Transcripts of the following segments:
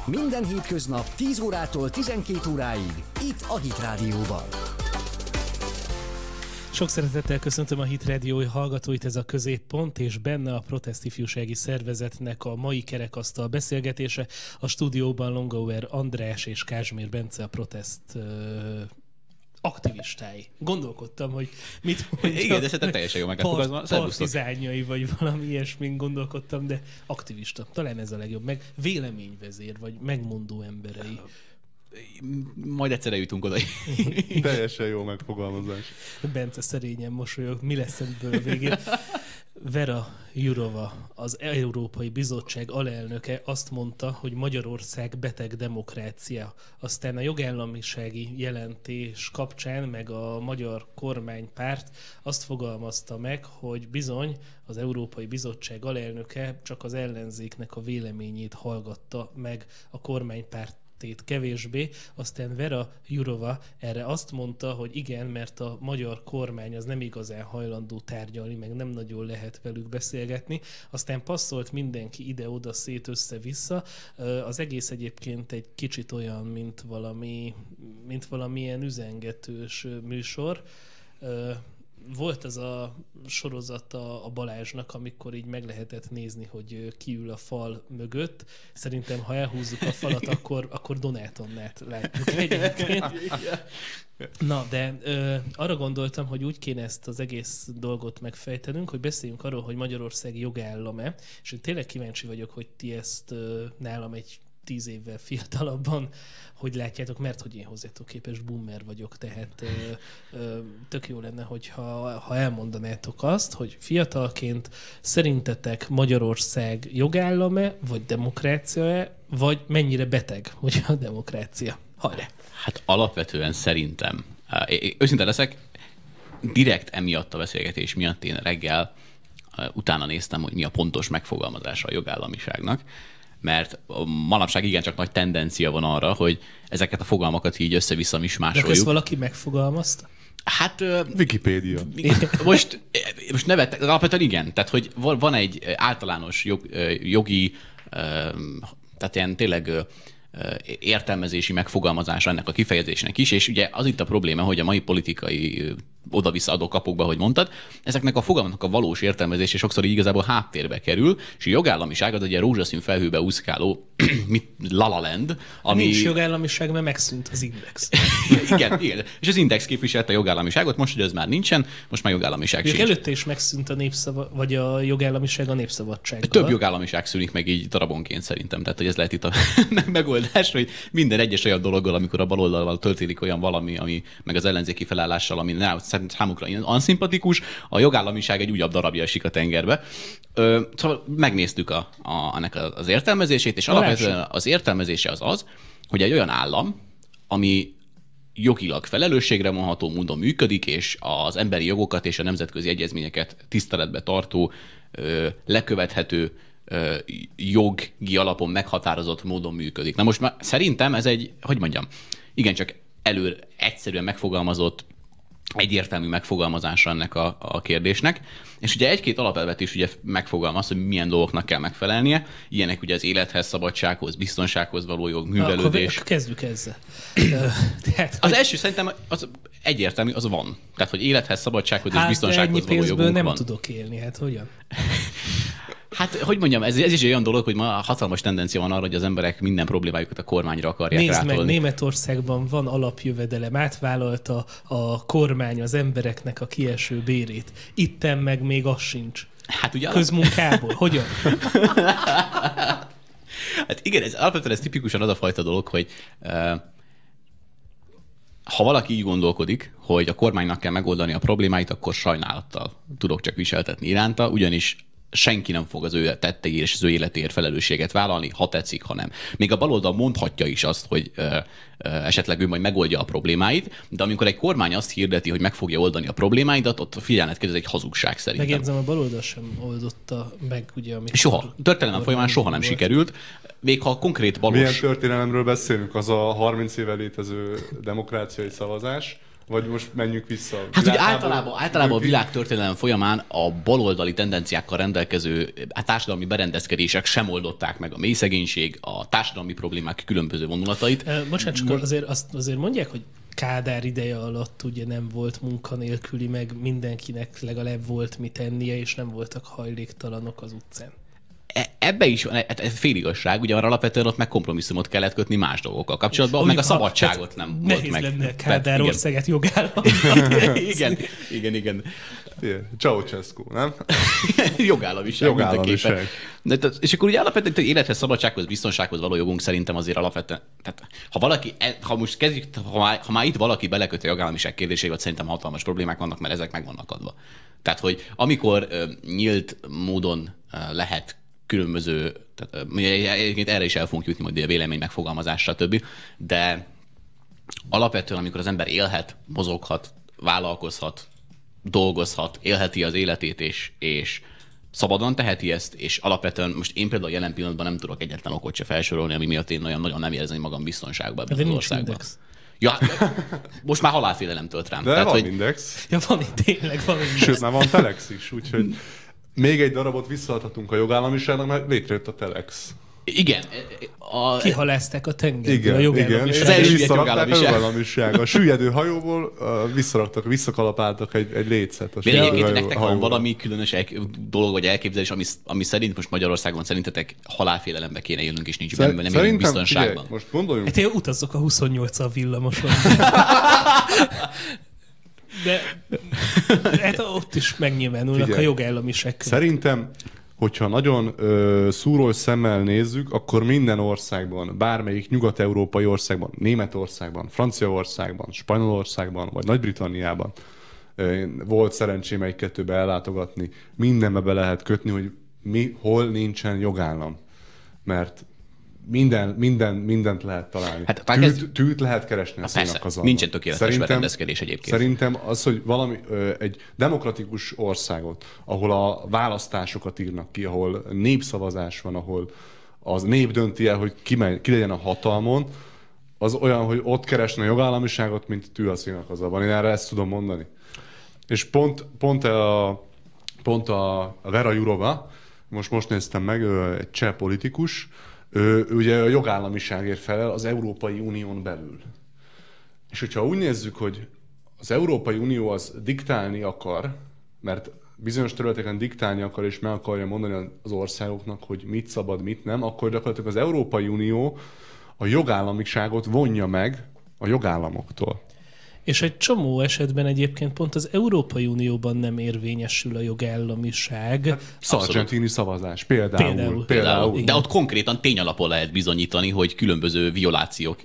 Minden hétköznap 10 órától 12 óráig, itt a Hit Rádióban. Sok szeretettel köszöntöm a Hit Rádió hallgatóit, ez a Középpont, és benne a Protest Ifjúsági Szervezetnek a mai kerekasztal beszélgetése. A stúdióban Longauer András és Kázsmér Bence, a Protest aktivistái. Gondolkodtam, hogy mit mondjam. Igen, de szerintem teljesen jó megfogalmazva. Partizányai vagy valami ilyesmin gondolkodtam, de aktivista. Talán ez a legjobb. Meg véleményvezér, vagy megmondó emberei. Majd egyszerre jutunk oda. Teljesen jó megfogalmazás. Bence szerényen mosolyog. Mi lesz ebből a végén? Vera Jourova, az Európai Bizottság alelnöke azt mondta, hogy Magyarország beteg demokrácia. Aztán a jogállamisági jelentés kapcsán, meg a magyar kormánypárt azt fogalmazta meg, hogy bizony az Európai Bizottság alelnöke csak az ellenzéknek a véleményét hallgatta meg, a kormánypárt kevésbé. Aztán Vera Jourova erre azt mondta, hogy igen, mert a magyar kormány az nem igazán hajlandó tárgyalni, meg nem nagyon lehet velük beszélgetni. Aztán passzolt mindenki ide-oda, szét, össze-vissza. Az egész egyébként egy kicsit olyan, mint valamilyen üzengetős műsor. Volt ez a sorozata a Balázsnak, amikor így meg lehetett nézni, hogy ki ül a fal mögött. Szerintem, ha elhúzzuk a falat, akkor Donátonnát látjuk egyébként. Na, de arra gondoltam, hogy úgy kéne ezt az egész dolgot megfejtenünk, hogy beszéljünk arról, hogy Magyarország jogállam-e, és én tényleg kíváncsi vagyok, hogy ti ezt nálam egy 10 évvel fiatalabban, hogy látjátok, mert hogy én hozzátok képest boomer vagyok, tehát tök jó lenne, hogyha elmondanátok azt, hogy fiatalként szerintetek Magyarország jogállam-e, vagy demokrácia-e, vagy mennyire beteg, hogy a demokrácia? Hajrá! Hát alapvetően szerintem, őszinte leszek, direkt emiatt a beszélgetés miatt én reggel utána néztem, hogy mi a pontos megfogalmazása a jogállamiságnak, mert manapság igencsak nagy tendencia van arra, hogy ezeket a fogalmakat így össze-vissza mismásoljuk. De ezt valaki megfogalmazta? Hát... Wikipédia. Most nevettek, alapvetően igen. Tehát, hogy van egy általános jogi, tehát ilyen tényleg értelmezési megfogalmazása ennek a kifejezésnek is, és ugye az itt a probléma, hogy a mai politikai oda-vissza adó-kapokba, hogy mondtad, ezeknek a fogalmaknak a valós értelmezése sokszor igazából háttérbe kerül, és a jogállamiság az egy ilyen rózsaszín felhőbe úszkáló La La Land, ami... Nincs jogállamiság, mert megszűnt az Index. igen. És az Index képviselte a jogállamiságot, most, hogy ez már nincsen, most már jogállamiság sincs. Előtte is megszűnt a vagy a jogállamiság a népszabadsággal. Több jogállamiság szűnik meg így darabonként szerintem. Tehát, hogy ez lehet itt a megoldás, hogy minden egyes olyan dologgal, amikor a baloldalval történik olyan valami, ami meg az ellenzéki felállással, ami számukra anszimpatikus, a jogállamiság egy újabb darabja esik a tengerbe. Szóval megnéztük ennek az értelmezését, és alapvetően az értelmezése az, hogy egy olyan állam, ami jogilag felelősségre vonható módon működik, és az emberi jogokat és a nemzetközi egyezményeket tiszteletbe tartó, lekövethető jogi alapon meghatározott módon működik. Na most már szerintem ez egy, igencsak egyszerűen megfogalmazott, egyértelmű megfogalmazása ennek a kérdésnek. És ugye egy-két alapelvet is ugye megfogalmaz, hogy milyen dolgoknak kell megfelelnie. Ilyenek ugye az élethez, szabadsághoz, biztonsághoz való jog, művelődés. Akkor kezdjük ezzel. Az első szerintem az egyértelmű, az van. Tehát, hogy élethez, szabadsághoz és biztonsághoz való jogunk nem van. tudok élni, hát hogyan? Hát, ez is egy olyan dolog, hogy ma hatalmas tendencia van arra, hogy az emberek minden problémájukat a kormányra akarják rátolni. Nézd meg, Németországban van alapjövedelem, átvállalta a kormány az embereknek a kieső bérét. Itten meg még az sincs. Hát ugye közmunkából. Hogyan? Hát igen, alapvetően ez tipikusan az a fajta dolog, hogy ha valaki így gondolkodik, hogy a kormánynak kell megoldani a problémáit, akkor sajnálattal tudok csak viseltetni iránta, ugyanis senki nem fog az ő tetteiért és az ő életéért felelősséget vállalni, ha tetszik, ha nem. Még a baloldal mondhatja is azt, hogy esetleg ő majd megoldja a problémáit, de amikor egy kormány azt hirdeti, hogy meg fogja oldani a problémáidat, ott figyelned kell, ez egy hazugság szerintem. Megjegyzem, a baloldal sem oldotta meg, ugye, amit... Soha. Történelem folyamán soha nem sikerült. Még ha konkrét balos... Milyen történelemről beszélünk? Az a 30 éve létező demokráciai szavazás, Vagy most menjünk vissza? Hát ugye általában a világtörténelem folyamán a baloldali tendenciákkal rendelkező társadalmi berendezkedések sem oldották meg a mélyszegénység, a társadalmi problémák különböző vonulatait. Bocsánat, csak azért mondják, hogy Kádár ideje alatt ugye nem volt munkanélküli, meg mindenkinek legalább volt mit ennie, és nem voltak hajléktalanok az utcán. Ebbe is van, ez féligazság, ugye arra alapvetően ott meg kompromisszumot kellett kötni más dolgokkal kapcsolatban, meg a szabadságot nem volt meg. Nehéz lenne Kádár országát jogállam. Igen. Ceausescu, nem? Jogállamiság mindenképpen. És akkor ugye alapvetően hogy élethez, szabadsághoz, biztonsághoz való jogunk szerintem azért alapvetően. Tehát, ha most kezdjük, ha már itt valaki beleköti a jogállamiság kérdésével, szerintem hatalmas problémák vannak, mert ezek meg vannak adva. Tehát, hogy amikor nyílt módon lehet különböző, tehát egyébként erre is el fogunk jutni majd a vélemény megfogalmazás, stb. De alapvetően, amikor az ember élhet, mozoghat, vállalkozhat, dolgozhat, élheti az életét, és szabadon teheti ezt, és alapvetően most én például jelen pillanatban nem tudok egyetlen okot se felsorolni, ami miatt én nagyon nem érezni magam biztonságban ebben az országban. Index. Ja, most már halálfélelem tölt rám. De tehát, van index. Ja, tényleg van index. Sőt, már van telex is, úgyhogy még egy darabot visszaadhatunk a jogállamiságnak, mert létrejött a telex. Igen. Kihalázták a tengerből a jogállamiság. Az első jogállamiság. A süllyedő hajóból visszakalapáltak egy lécet. Egyébként nektek van valami különös dolog vagy elképzelés, ami szerint most Magyarországon szerintetek halálfélelembe kéne élnünk, és nincs benne, nem élünk biztonságban. Figyelj, most gondoljunk. Hát én utazzok a 28-al villamoson. De hát ott is megnyilvánulnak a jogállamiság. Szerintem, hogyha nagyon szúrós szemmel nézzük, akkor minden országban, bármelyik nyugat-európai országban, Németországban, Franciaországban, Spanyolországban, vagy Nagy-Britanniában volt szerencsém egy-kettőbe ellátogatni, mindenbe be lehet kötni, hogy hol nincsen jogállam. Mert mindent lehet találni. Hát, tűt lehet keresni a szénakazalban. Nincsen tökéletes berendezkedés egyébként. Szerintem az, hogy egy demokratikus országot, ahol a választásokat írnak ki, ahol népszavazás van, ahol az nép dönti el, hogy ki legyen a hatalmon, az olyan, hogy ott keresni a jogállamiságot, mint tű a szénakazalban. Én erre ezt tudom mondani. És pont a Vera Jourova, most néztem meg, egy cseh politikus, ő ugye a jogállamiságért felel az Európai Unión belül. És hogyha úgy nézzük, hogy az Európai Unió az diktálni akar, mert bizonyos területeken diktálni akar, és meg akarja mondani az országoknak, hogy mit szabad, mit nem, akkor gyakorlatilag az Európai Unió a jogállamiságot vonja meg a jogállamoktól. És egy csomó esetben egyébként pont az Európai Unióban nem érvényesül a jogállamiság. Hát, Sargentini szavazás például. De ott konkrétan tényalapon lehet bizonyítani, hogy különböző violációk,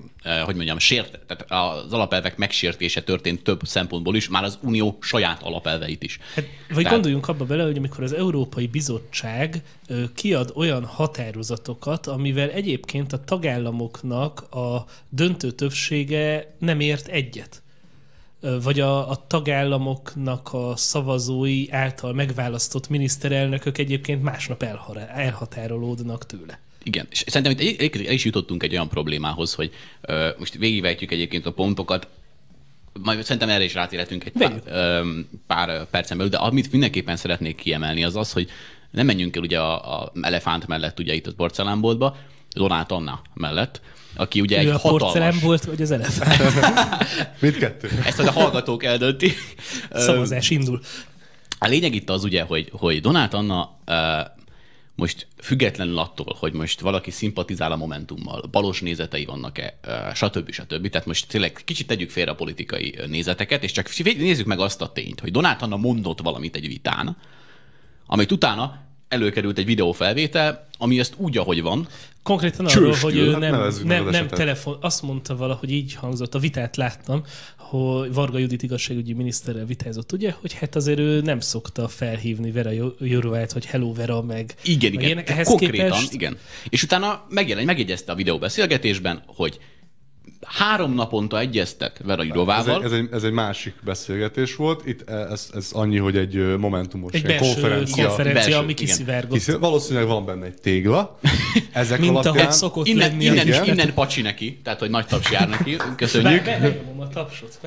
tehát az alapelvek megsértése történt több szempontból is, már az Unió saját alapelveit is. Hát, vagy gondoljunk abba bele, hogy amikor az Európai Bizottság kiad olyan határozatokat, amivel egyébként a tagállamoknak a döntő többsége nem ért egyet. Vagy a tagállamoknak a szavazói által megválasztott miniszterelnökök egyébként másnap elhatárolódnak tőle. Igen, és szerintem itt el is jutottunk egy olyan problémához, hogy most végigvetjük egyébként a pontokat, majd szerintem erre is rátérhetünk egy pár percen belül, de amit mindenképpen szeretnék kiemelni az az, hogy nem menjünk el ugye a elefánt mellett ugye itt a porcelánboltba, Donát Anna mellett, aki ugye egy hatalmas... a porcelánbolt vagy az elefánt? Mindkettő. Ezt a hallgatók eldönti. Szavazás indul. A lényeg itt az ugye, hogy Donát Anna most függetlenül attól, hogy most valaki szimpatizál a Momentummal, balos nézetei vannak-e, stb. Tehát most tényleg kicsit tegyük félre a politikai nézeteket, és csak nézzük meg azt a tényt, hogy Donát Anna mondott valamit egy vitán, amit utána előkerült egy videófelvétel, ami ezt úgy, ahogy van. Konkrétan arról, hogy ő nem telefon, azt mondta valahogy így hangzott, a vitát láttam, hogy Varga Judit igazságügyi miniszterrel vitázott, ugye, hogy hát azért ő nem szokta felhívni Vera Jourovát, hogy hello Vera, meg... Igen, konkrétan, képest... igen. És utána megjegyezte a videóbeszélgetésben, hogy 3 naponta egyeztek Vera Jurovával. Ez egy másik beszélgetés volt. Itt ez annyi, hogy egy momentumos egy konferencia, ami kiszivárgott. Valószínűleg van benne egy tégla. Ezek mint alapján... ahogy szokott lenni. Innen pacsi neki, tehát hogy nagy taps jár neki. Köszönjük. Benyomom a tapsot.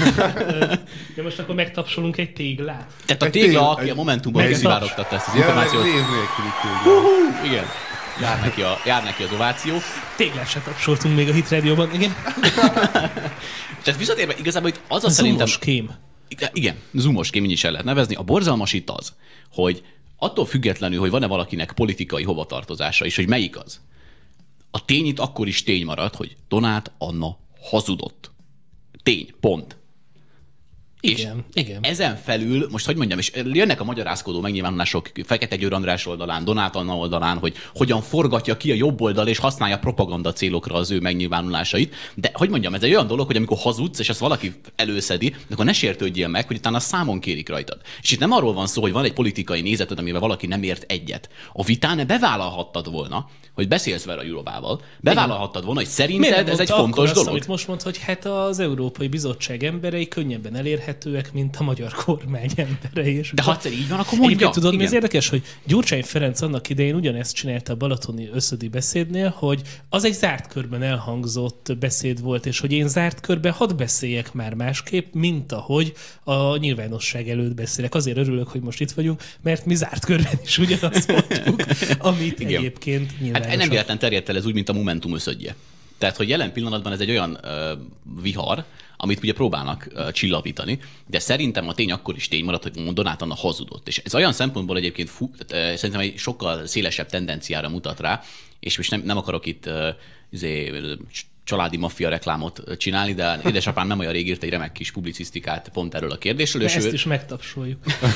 De most akkor megtapsolunk egy téglát. Tehát a tégla, aki a Momentumban kiszivárogtatta ezt az információt. Név nélküli tégla. Igen. Jár neki az ováció. Téglát se tapsoltunk még a Hit Radio-ban, igen. Tehát visszatérve, igazából itt az a szerintem... Zoomos kém. Igen, zoomos kém, így is el lehet nevezni. A borzalmas itt az, hogy attól függetlenül, hogy van-e valakinek politikai hovatartozása, és hogy melyik az, a tény itt akkor is tény marad, hogy Donát Anna hazudott. Tény, pont. Igen, és igen. Ezen felül, most hogy mondjam, és jönnek a magyarázkodó megnyilvánulások Fekete Győr András oldalán, Donát Anna oldalán, hogy hogyan forgatja ki a jobb oldal és használja propaganda célokra az ő megnyilvánulásait. De hogy mondjam, ez egy olyan dolog, hogy amikor hazudsz, és ezt valaki előszedi, akkor ne sértődjél meg, hogy utána számon kérik rajtad. És itt nem arról van szó, hogy van egy politikai nézeted, amivel valaki nem ért egyet. A vitán bevállalhattad volna, hogy beszélsz Vera Jurovával, bevállalhattad volna, hogy szerinted ez egy fontos dolog. Amit most mond, hogy hát az Európai Bizottság emberei könnyebben elérhetőek, mint a magyar kormány emberei. És de ha egyszer így van, akkor mondja. Egyébként tudod, mi az érdekes, hogy Gyurcsány Ferenc annak idején ugyanezt csinálta a balatoni összödi beszédnél, hogy az egy zárt körben elhangzott beszéd volt, és hogy én zárt körben hadd beszéljek már másképp, mint ahogy a nyilvánosság előtt beszélek. Azért örülök, hogy most itt vagyunk, mert mi zárt körben is ugyanazt mondjuk, amit egyébként nyilvánosan. Hát nem véletlen terjedt el ez úgy, mint a Momentum összödje. Tehát, hogy jelen pillanatban ez egy olyan vihar, amit ugye próbálnak csillapítani, de szerintem a tény akkor is tény maradt, hogy Donát Anna hazudott. És ez olyan szempontból egyébként szerintem egy sokkal szélesebb tendenciára mutat rá, és most nem akarok itt családi maffia reklámot csinálni, de édesapám nem olyan rég írt egy remek kis publicisztikát pont erről a kérdésről. És ezt is megtapsoljuk.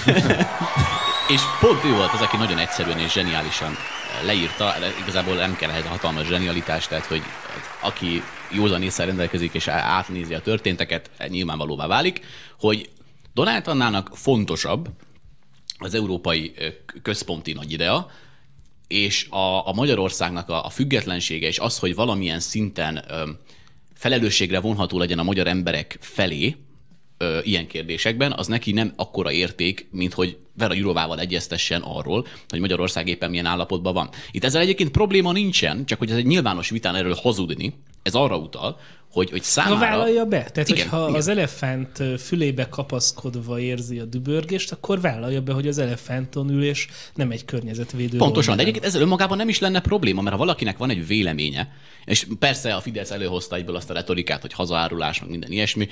És pont ő volt az, aki nagyon egyszerűen és zseniálisan leírta, igazából nem kell ehhez a hatalmas zsenialitás, tehát hogy aki józan ésszel rendelkezik és átnézi a történteket, nyilvánvalóvá válik, hogy Donát Annának fontosabb az európai központi nagyidea, és a Magyarországnak a függetlensége, és az, hogy valamilyen szinten felelősségre vonható legyen a magyar emberek felé ilyen kérdésekben, az neki nem akkora érték, mint hogy Vera Jurovával egyeztessen arról, hogy Magyarország éppen milyen állapotban van. Itt ezzel egyébként probléma nincsen, csak hogy ez egy nyilvános vitán erről hazudni, ez arra utal, hogy számára... Vállalja be. Tehát, igen, hogyha igen. Az elefánt fülébe kapaszkodva érzi a dübörgést, akkor vállalja be, hogy az elefánton ül, és nem egy környezetvédő. Pontosan, de egyébként ezzel önmagában nem is lenne probléma, mert ha valakinek van egy véleménye, és persze a Fidesz előhozta egyből azt a retorikát, hogy hazaárulás, meg minden ilyesmi,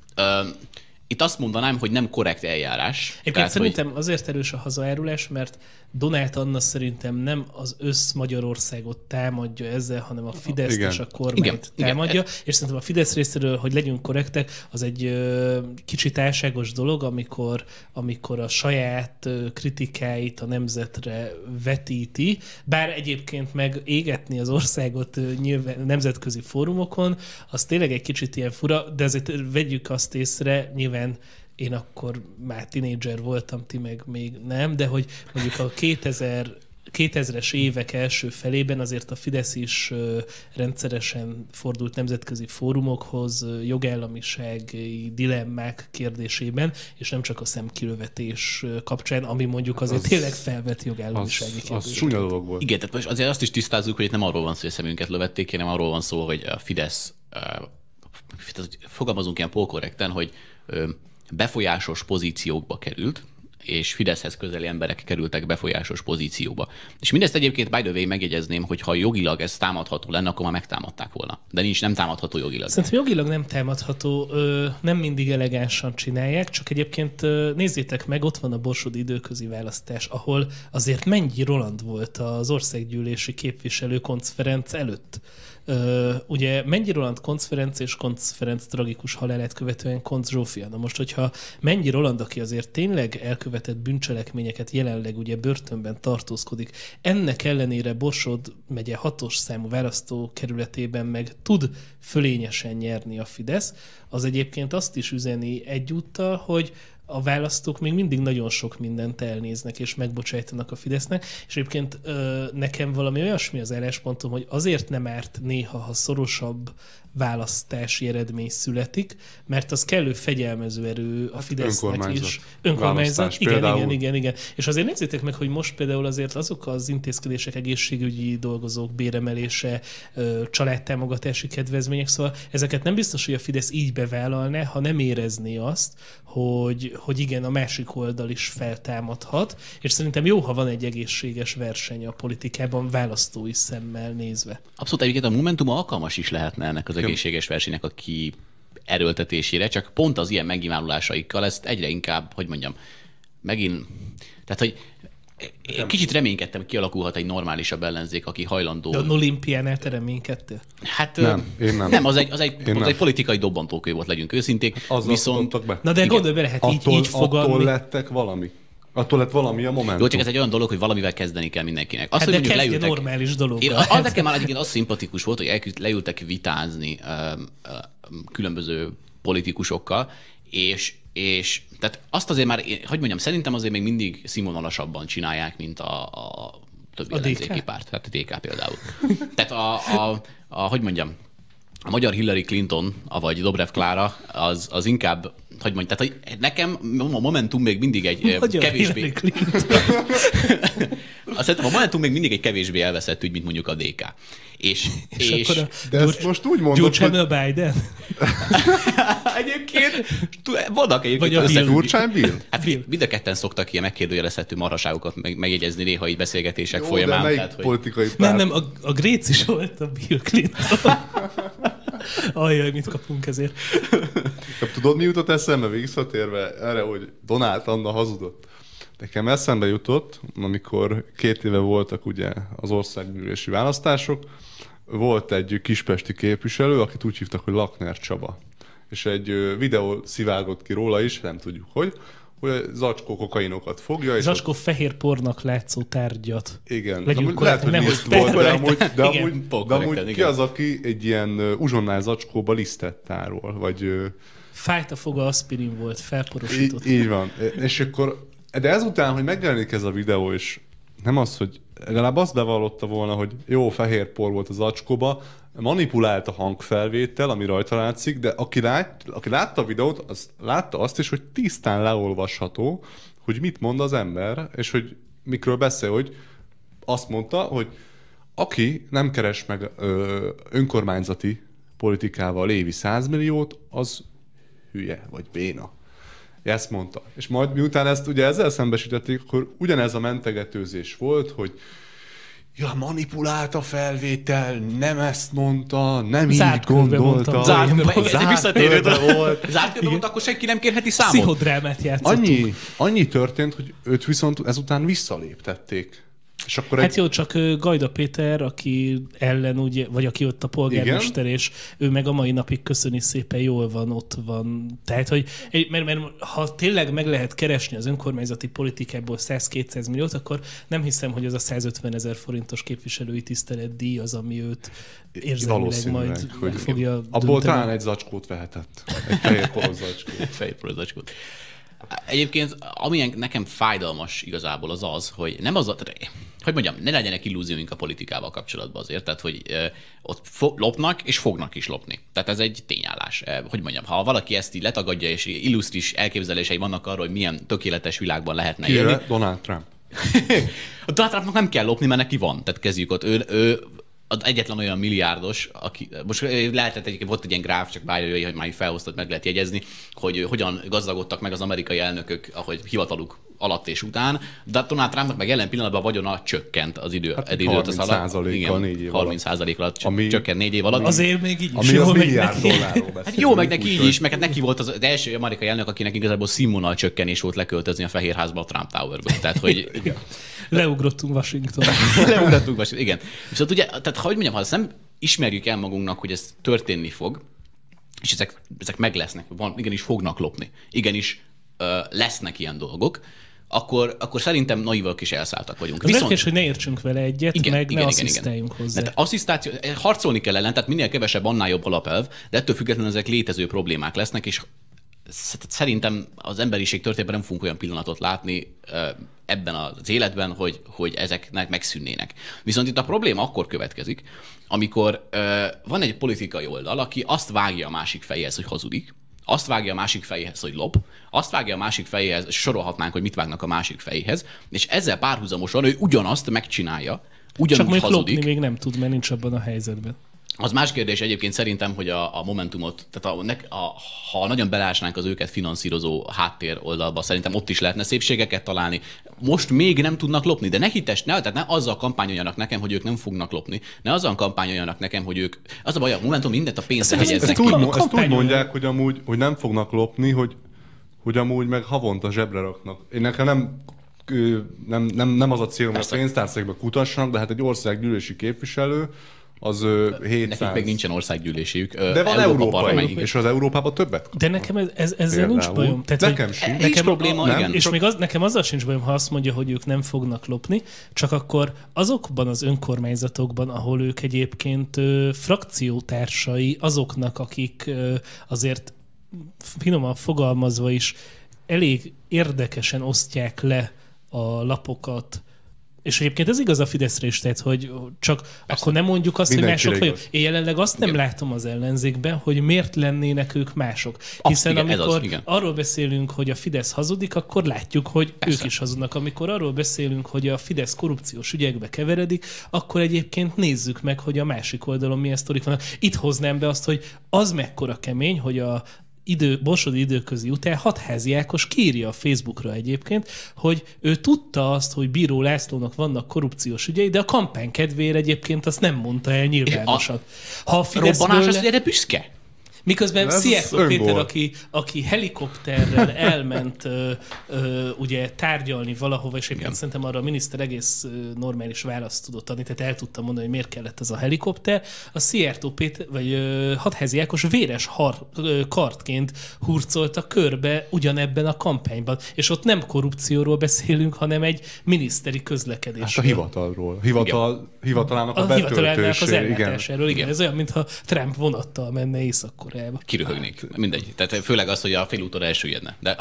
itt azt mondanám, hogy nem korrekt eljárás. Egyébként szerintem azért erős a hazaárulás, mert Donát Anna szerintem nem az Magyarországot támadja ezzel, hanem a Fideszt és a kormányt támadja. És szerintem a Fidesz részéről, hogy legyünk korrektek, az egy kicsit álságos dolog, amikor a saját kritikáit a nemzetre vetíti, bár egyébként meg égetni az országot nyilván nemzetközi fórumokon, az tényleg egy kicsit ilyen fura, de azért vegyük azt észre, nyilván én akkor már tinédzser voltam, ti meg még nem, de hogy mondjuk a 2000-es évek első felében azért a Fidesz is rendszeresen fordult nemzetközi fórumokhoz jogállamisági dilemmák kérdésében, és nem csak a szemkilövetés kapcsán, ami mondjuk azért tényleg felvet jogállamisági kérdéseket. Az csúnya dolog volt. Igen, tehát most azért azt is tisztázzuk, hogy itt nem arról van szó, hogy a szemünket lövették, hanem arról van szó, hogy a Fidesz, fogalmazunk ilyen polkorrekten, hogy befolyásos pozíciókba került, és Fideszhez közeli emberek kerültek befolyásos pozícióba. És mindezt egyébként by the way megjegyezném, hogy ha jogilag ez támadható lenne, akkor már megtámadták volna. De nem támadható jogilag. Szerintem jogilag nem támadható, nem mindig elegánsan csinálják, csak egyébként nézzétek meg, ott van a borsodi időközi választás, ahol azért Mennyi Roland volt az országgyűlési képviselő konferenc előtt. Ugye Mennyi Roland Koncz Ferenc és Koncz Ferenc tragikus halálát követően Koncz Zsófia. Na most, hogyha Mennyi Roland, aki azért tényleg elkövetett bűncselekményeket jelenleg ugye börtönben tartózkodik, ennek ellenére Borsod megye 6-os számú választókerületében meg tud fölényesen nyerni a Fidesz, az egyébként azt is üzeni egyúttal, hogy a választók még mindig nagyon sok mindent elnéznek, és megbocsájtanak a Fidesznek, és egyébként nekem valami olyasmi az álláspontom, hogy azért nem árt néha, ha szorosabb választási eredmény születik, mert az kellő fegyelmező erő a Fidesznek is. Önkormányzat. Igen. És azért nézzétek meg, hogy most például azért azok az intézkedések, egészségügyi dolgozók béremelése, családtámogatási kedvezmények, szóval ezeket nem biztos, hogy a Fidesz így bevállalná, ha nem érezné azt, hogy igen, a másik oldal is feltámadhat, és szerintem jó, ha van egy egészséges verseny a politikában választói szemmel nézve. Abszolút, egyébként a Momentum alkalmas is lehetne ennek az egészséges versenynek a erőltetésére, csak pont az ilyen megnyilvánulásaikkal ezt egyre inkább, hogy mondjam, megint, tehát, hogy kicsit reménykedtem, kialakulhat egy normálisabb ellenzék, aki hajlandó... De a olimpiánál te reménykedtél? Hát én nem. Nem, az egy politikai dobbantókő volt, legyünk őszinték. Viszont... Be. Na de gondolj bele, hát így fogadni. Attól lettek valami. Attól lett valami a Momentum. Jó, csak ez egy olyan dolog, hogy valamivel kezdeni kell mindenkinek. Azt, hát hogy de kezdje normális dologgal. Az nekem már egyébként az szimpatikus volt, hogy leültek vitázni különböző politikusokkal, és tehát azt azért már, hogy mondjam, szerintem azért még mindig színvonalasabban csinálják, mint a többi ellenzéki párt. Tehát a DK például. Tehát hogy mondjam, a magyar Hillary Clinton, vagy Dobrev Klára, az inkább, hogy mondjam, tehát hogy nekem a Momentum még mindig egy magyar kevésbé... Azt hiszem, a Momentum még mindig egy kevésbé elveszett ügy, mint mondjuk a DK. És de ezt most úgy mondod, hogy... Biden? Egyébként vannak egyébként Gyurcsány Bill? Hát mind a ketten szoktak ilyen megkérdőjelezhető marhaságokat megjegyezni néha így beszélgetések jó, folyamán. De tehát, politikai párt? Nem, a Grécz is volt a Bill Clinton. Ajjaj, mit kapunk ezért. Tudod, mi jutott eszembe visszatérve erre, hogy Donát Anna hazudott? Nekem eszembe jutott, amikor 2 éve voltak ugye az országgyűlési választások, volt egy kispesti képviselő, akit úgy hívtak, hogy Lakner Csaba. És egy videó szivárgott ki róla is, nem tudjuk hogy zacskó kokainokat fogja. Zacskó fehér pornak látszó tárgyat. Igen. Lehet, hogy liszt volt, de amúgy ki az, aki egy ilyen uzsonnál zacskóba lisztet tárol? Vagy... Fájt a foga, aspirin volt, felporosított. Így van. És akkor, de ezután, hogy megjelenik ez a videó, és nem az, hogy legalább azt bevallotta volna, hogy jó, fehér por volt az zacskóba, manipulált a hangfelvétel, ami rajta látszik, de aki látta a videót, az látta azt is, hogy tisztán leolvasható, hogy mit mond az ember, és hogy mikről beszél, hogy azt mondta, hogy aki nem keres meg önkormányzati politikával évi 100 milliót, az hülye, vagy béna. Ezt mondta. És majd miután ezt ugye ezzel szembesítették, akkor ugyanez a mentegetőzés volt, hogy ja, manipulált a felvétel, nem ezt mondta, nem zárt így gondolta. Zárt körbe volt. Zárt körbe volt, akkor senki nem kérheti számot. Pszichodrámát játszottunk. Annyi történt, hogy őt viszont ezután visszaléptették. És akkor hát jó, csak Gajda Péter, aki ellen ugye, vagy aki ott a polgármester, igen? És ő meg a mai napig köszöni szépen, jól van, ott van. Tehát, hogy mert ha tényleg meg lehet keresni az önkormányzati politikából 100-200 milliót, akkor nem hiszem, hogy az a 150 000 forintos képviselői tiszteletdíj az, ami őt érzelmileg majd fogja abból talán egy zacskót vehetett. Egy fehérporos zacskót. Fehérporos zacskót. Egyébként, ami nekem fájdalmas igazából az, hogy nem az, hogy mondjam, ne legyenek illúzióink a politikával kapcsolatban azért, tehát hogy ott lopnak és fognak is lopni. Tehát ez egy tényállás. Hogy mondjam, ha valaki ezt így letagadja és illusztris elképzelései vannak arról, hogy milyen tökéletes világban lehetne élni. Donald Trump. A Donald Trumpnak nem kell lopni, mert neki van. Tehát kezdjük ott. Ő az egyetlen olyan milliárdos, aki most lehetett egyébként, volt egy ilyen gráf, csak bárjai, hogy már felhoztad, meg lehet jegyezni, hogy hogyan gazdagodtak meg az amerikai elnökök, ahogy hivataluk alatt és után, de Donald Trumpnak meg jelen pillanatban a vagyona csökkent az idő. Hát 30%-kal 4 év alatt. 30% alatt csökkent 4 év alatt. Azért még így is jó meg neki. Hát jó meg neki így is, meg hát neki volt az első amerikai elnök, akinek igazából színvonal csökkenés volt leköltözni a Fehérházba a Trump Towerbe. Tehát, hogy... Leugrottunk Washingtonba. Igen. Viszont ugye, tehát hogy mondjam, ha azt nem ismerjük el magunknak, hogy ez történni fog, és ezek meg lesznek, igenis fognak lopni, igenis lesznek ilyen dolgok, akkor szerintem naivak is elszálltak vagyunk. Az viszont... hogy ne értsünk vele egyet, ne asszisztáljunk hozzá. Tehát asszisztáció, harcolni kell ellen, tehát minél kevesebb, annál jobb alapelv, de ettől függetlenül ezek létező problémák lesznek, és szerintem az emberiség történetben nem fogunk olyan pillanatot látni ebben az életben, hogy ezeknek megszűnnének. Viszont itt a probléma akkor következik, amikor van egy politikai oldal, aki azt vágja a másik fejéhez, hogy hazudik, azt vágja a másik fejéhez, hogy lop, azt vágja a másik fejéhez, sorolhatnánk, hogy mit vágnak a másik fejéhez, és ezzel párhuzamosan ő ugyanazt megcsinálja, ugyanúgy csak hazudik. Csak még nem tud, mert nincs abban a helyzetben. Az más kérdés egyébként szerintem, hogy a Momentumot, tehát ha nagyon beleásnánk az őket finanszírozó háttér oldalba, szerintem ott is lehetne szépségeket találni. Most még nem tudnak lopni, de tehát ne azzal kampányoljanak nekem, hogy ők nem fognak lopni. Ne azzal kampányoljanak nekem, hogy ők... Az a baj, a Momentum mindent a pénzre hegyeznek ki. Ezt úgy mondják, hogy amúgy, hogy nem fognak lopni, hogy amúgy meg havonta zsebre raknak. Én nekem nem az a célom, hogy a pénztárcákba kutassanak, de hát egy országgyűlési képviselő, az 700... Nekik még nincsen országgyűlésük. De van európai, és az Európában többet kapnak. De nekem ezzel nincs bajom. Tehát, nekem sincs. Nekem probléma, igen. És még nekem azzal sincs bajom, ha azt mondja, hogy ők nem fognak lopni, csak akkor azokban az önkormányzatokban, ahol ők egyébként frakciótársai azoknak, akik azért finoman fogalmazva is elég érdekesen osztják le a lapokat. És egyébként ez igaz a Fideszre is, tehát, hogy csak persze. Akkor nem mondjuk azt, Mindenki hogy mások. Én jelenleg azt nem látom az ellenzékben, hogy miért lennének ők mások. Hiszen amikor arról beszélünk, hogy a Fidesz hazudik, akkor látjuk, hogy persze. Ők is hazudnak. Amikor arról beszélünk, hogy a Fidesz korrupciós ügyekbe keveredik, akkor egyébként nézzük meg, hogy a másik oldalon milyen sztorik vannak. Itt hoznám be azt, hogy az mekkora kemény, hogy a borsodi időközi után Hatházi Ákos kiírja a Facebookra egyébként, hogy ő tudta azt, hogy Bíró Lászlónak vannak korrupciós ügyei, de a kampány kedvére egyébként azt nem mondta el nyilvánosan. Ha a robbanás az erre büszke? Miközben Szijjártó Péter, aki helikopterrel elment ugye tárgyalni valahova, és egyébként szerintem arra a miniszter egész normális választ tudott adni, tehát el tudta mondani, hogy miért kellett ez a helikopter. A Szijjártó Péter, vagy Hatházi Ákos véres kartként hurcolta körbe ugyanebben a kampányban. És ott nem korrupcióról beszélünk, hanem egy miniszteri közlekedésről. Hát a hivatalról. Hivatalának a betöltéséről. Az ellátásáról. Igen. Ez olyan, mintha Trump vonattal menne Észak-Koreába. Kiröhögnék. Mindegy. Tehát főleg az, hogy a félúton elsüllyedne. De...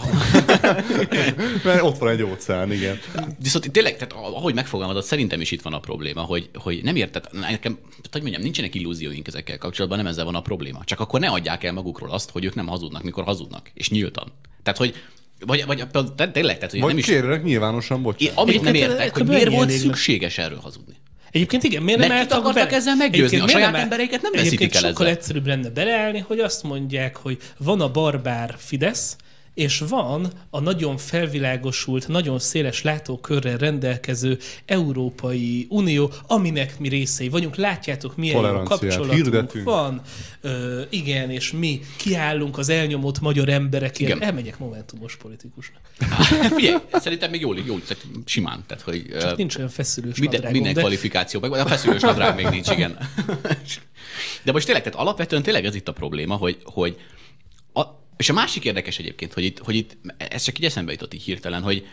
Mert ott van egy óceán, igen. Viszont tényleg, tehát ahogy megfogalmazod, szerintem is itt van a probléma, hogy nem érted, nekem, hogy mondjam, nincsenek illúzióink ezekkel kapcsolatban, nem ezzel van a probléma. Csak akkor ne adják el magukról azt, hogy ők nem hazudnak, mikor hazudnak, és nyíltan. Tehát, hogy vagy tényleg, tehát, hogy vagy nem is... kérjenek nyilvánosan, bocsánat. Amit nem értek, hogy miért volt szükséges erről hazudni. Egyébként igen, miért nem álltak akartak ezzel meggyőzni? A saját embereiket nem veszítik el ezzel. Sokkal egyszerűbb lenne beleállni, hogy azt mondják, hogy van a barbár Fidesz, és van a nagyon felvilágosult, nagyon széles látókörrel rendelkező Európai Unió, aminek mi részei vagyunk. Látjátok, milyen jó kapcsolatunk van. Igen, és mi kiállunk az elnyomott magyar emberekért. Igen. Elmegyek momentumos politikusnak. Figyelj, szerintem még jól simán. Tehát, hogy, csak nincs olyan feszülős nadrágom. Minden kvalifikáció, meg a feszülős nadrág még nincs, igen. De most tényleg, tehát alapvetően tényleg ez itt a probléma, hogy és a másik érdekes egyébként, hogy itt ez csak így eszembe jutott így hirtelen, hogy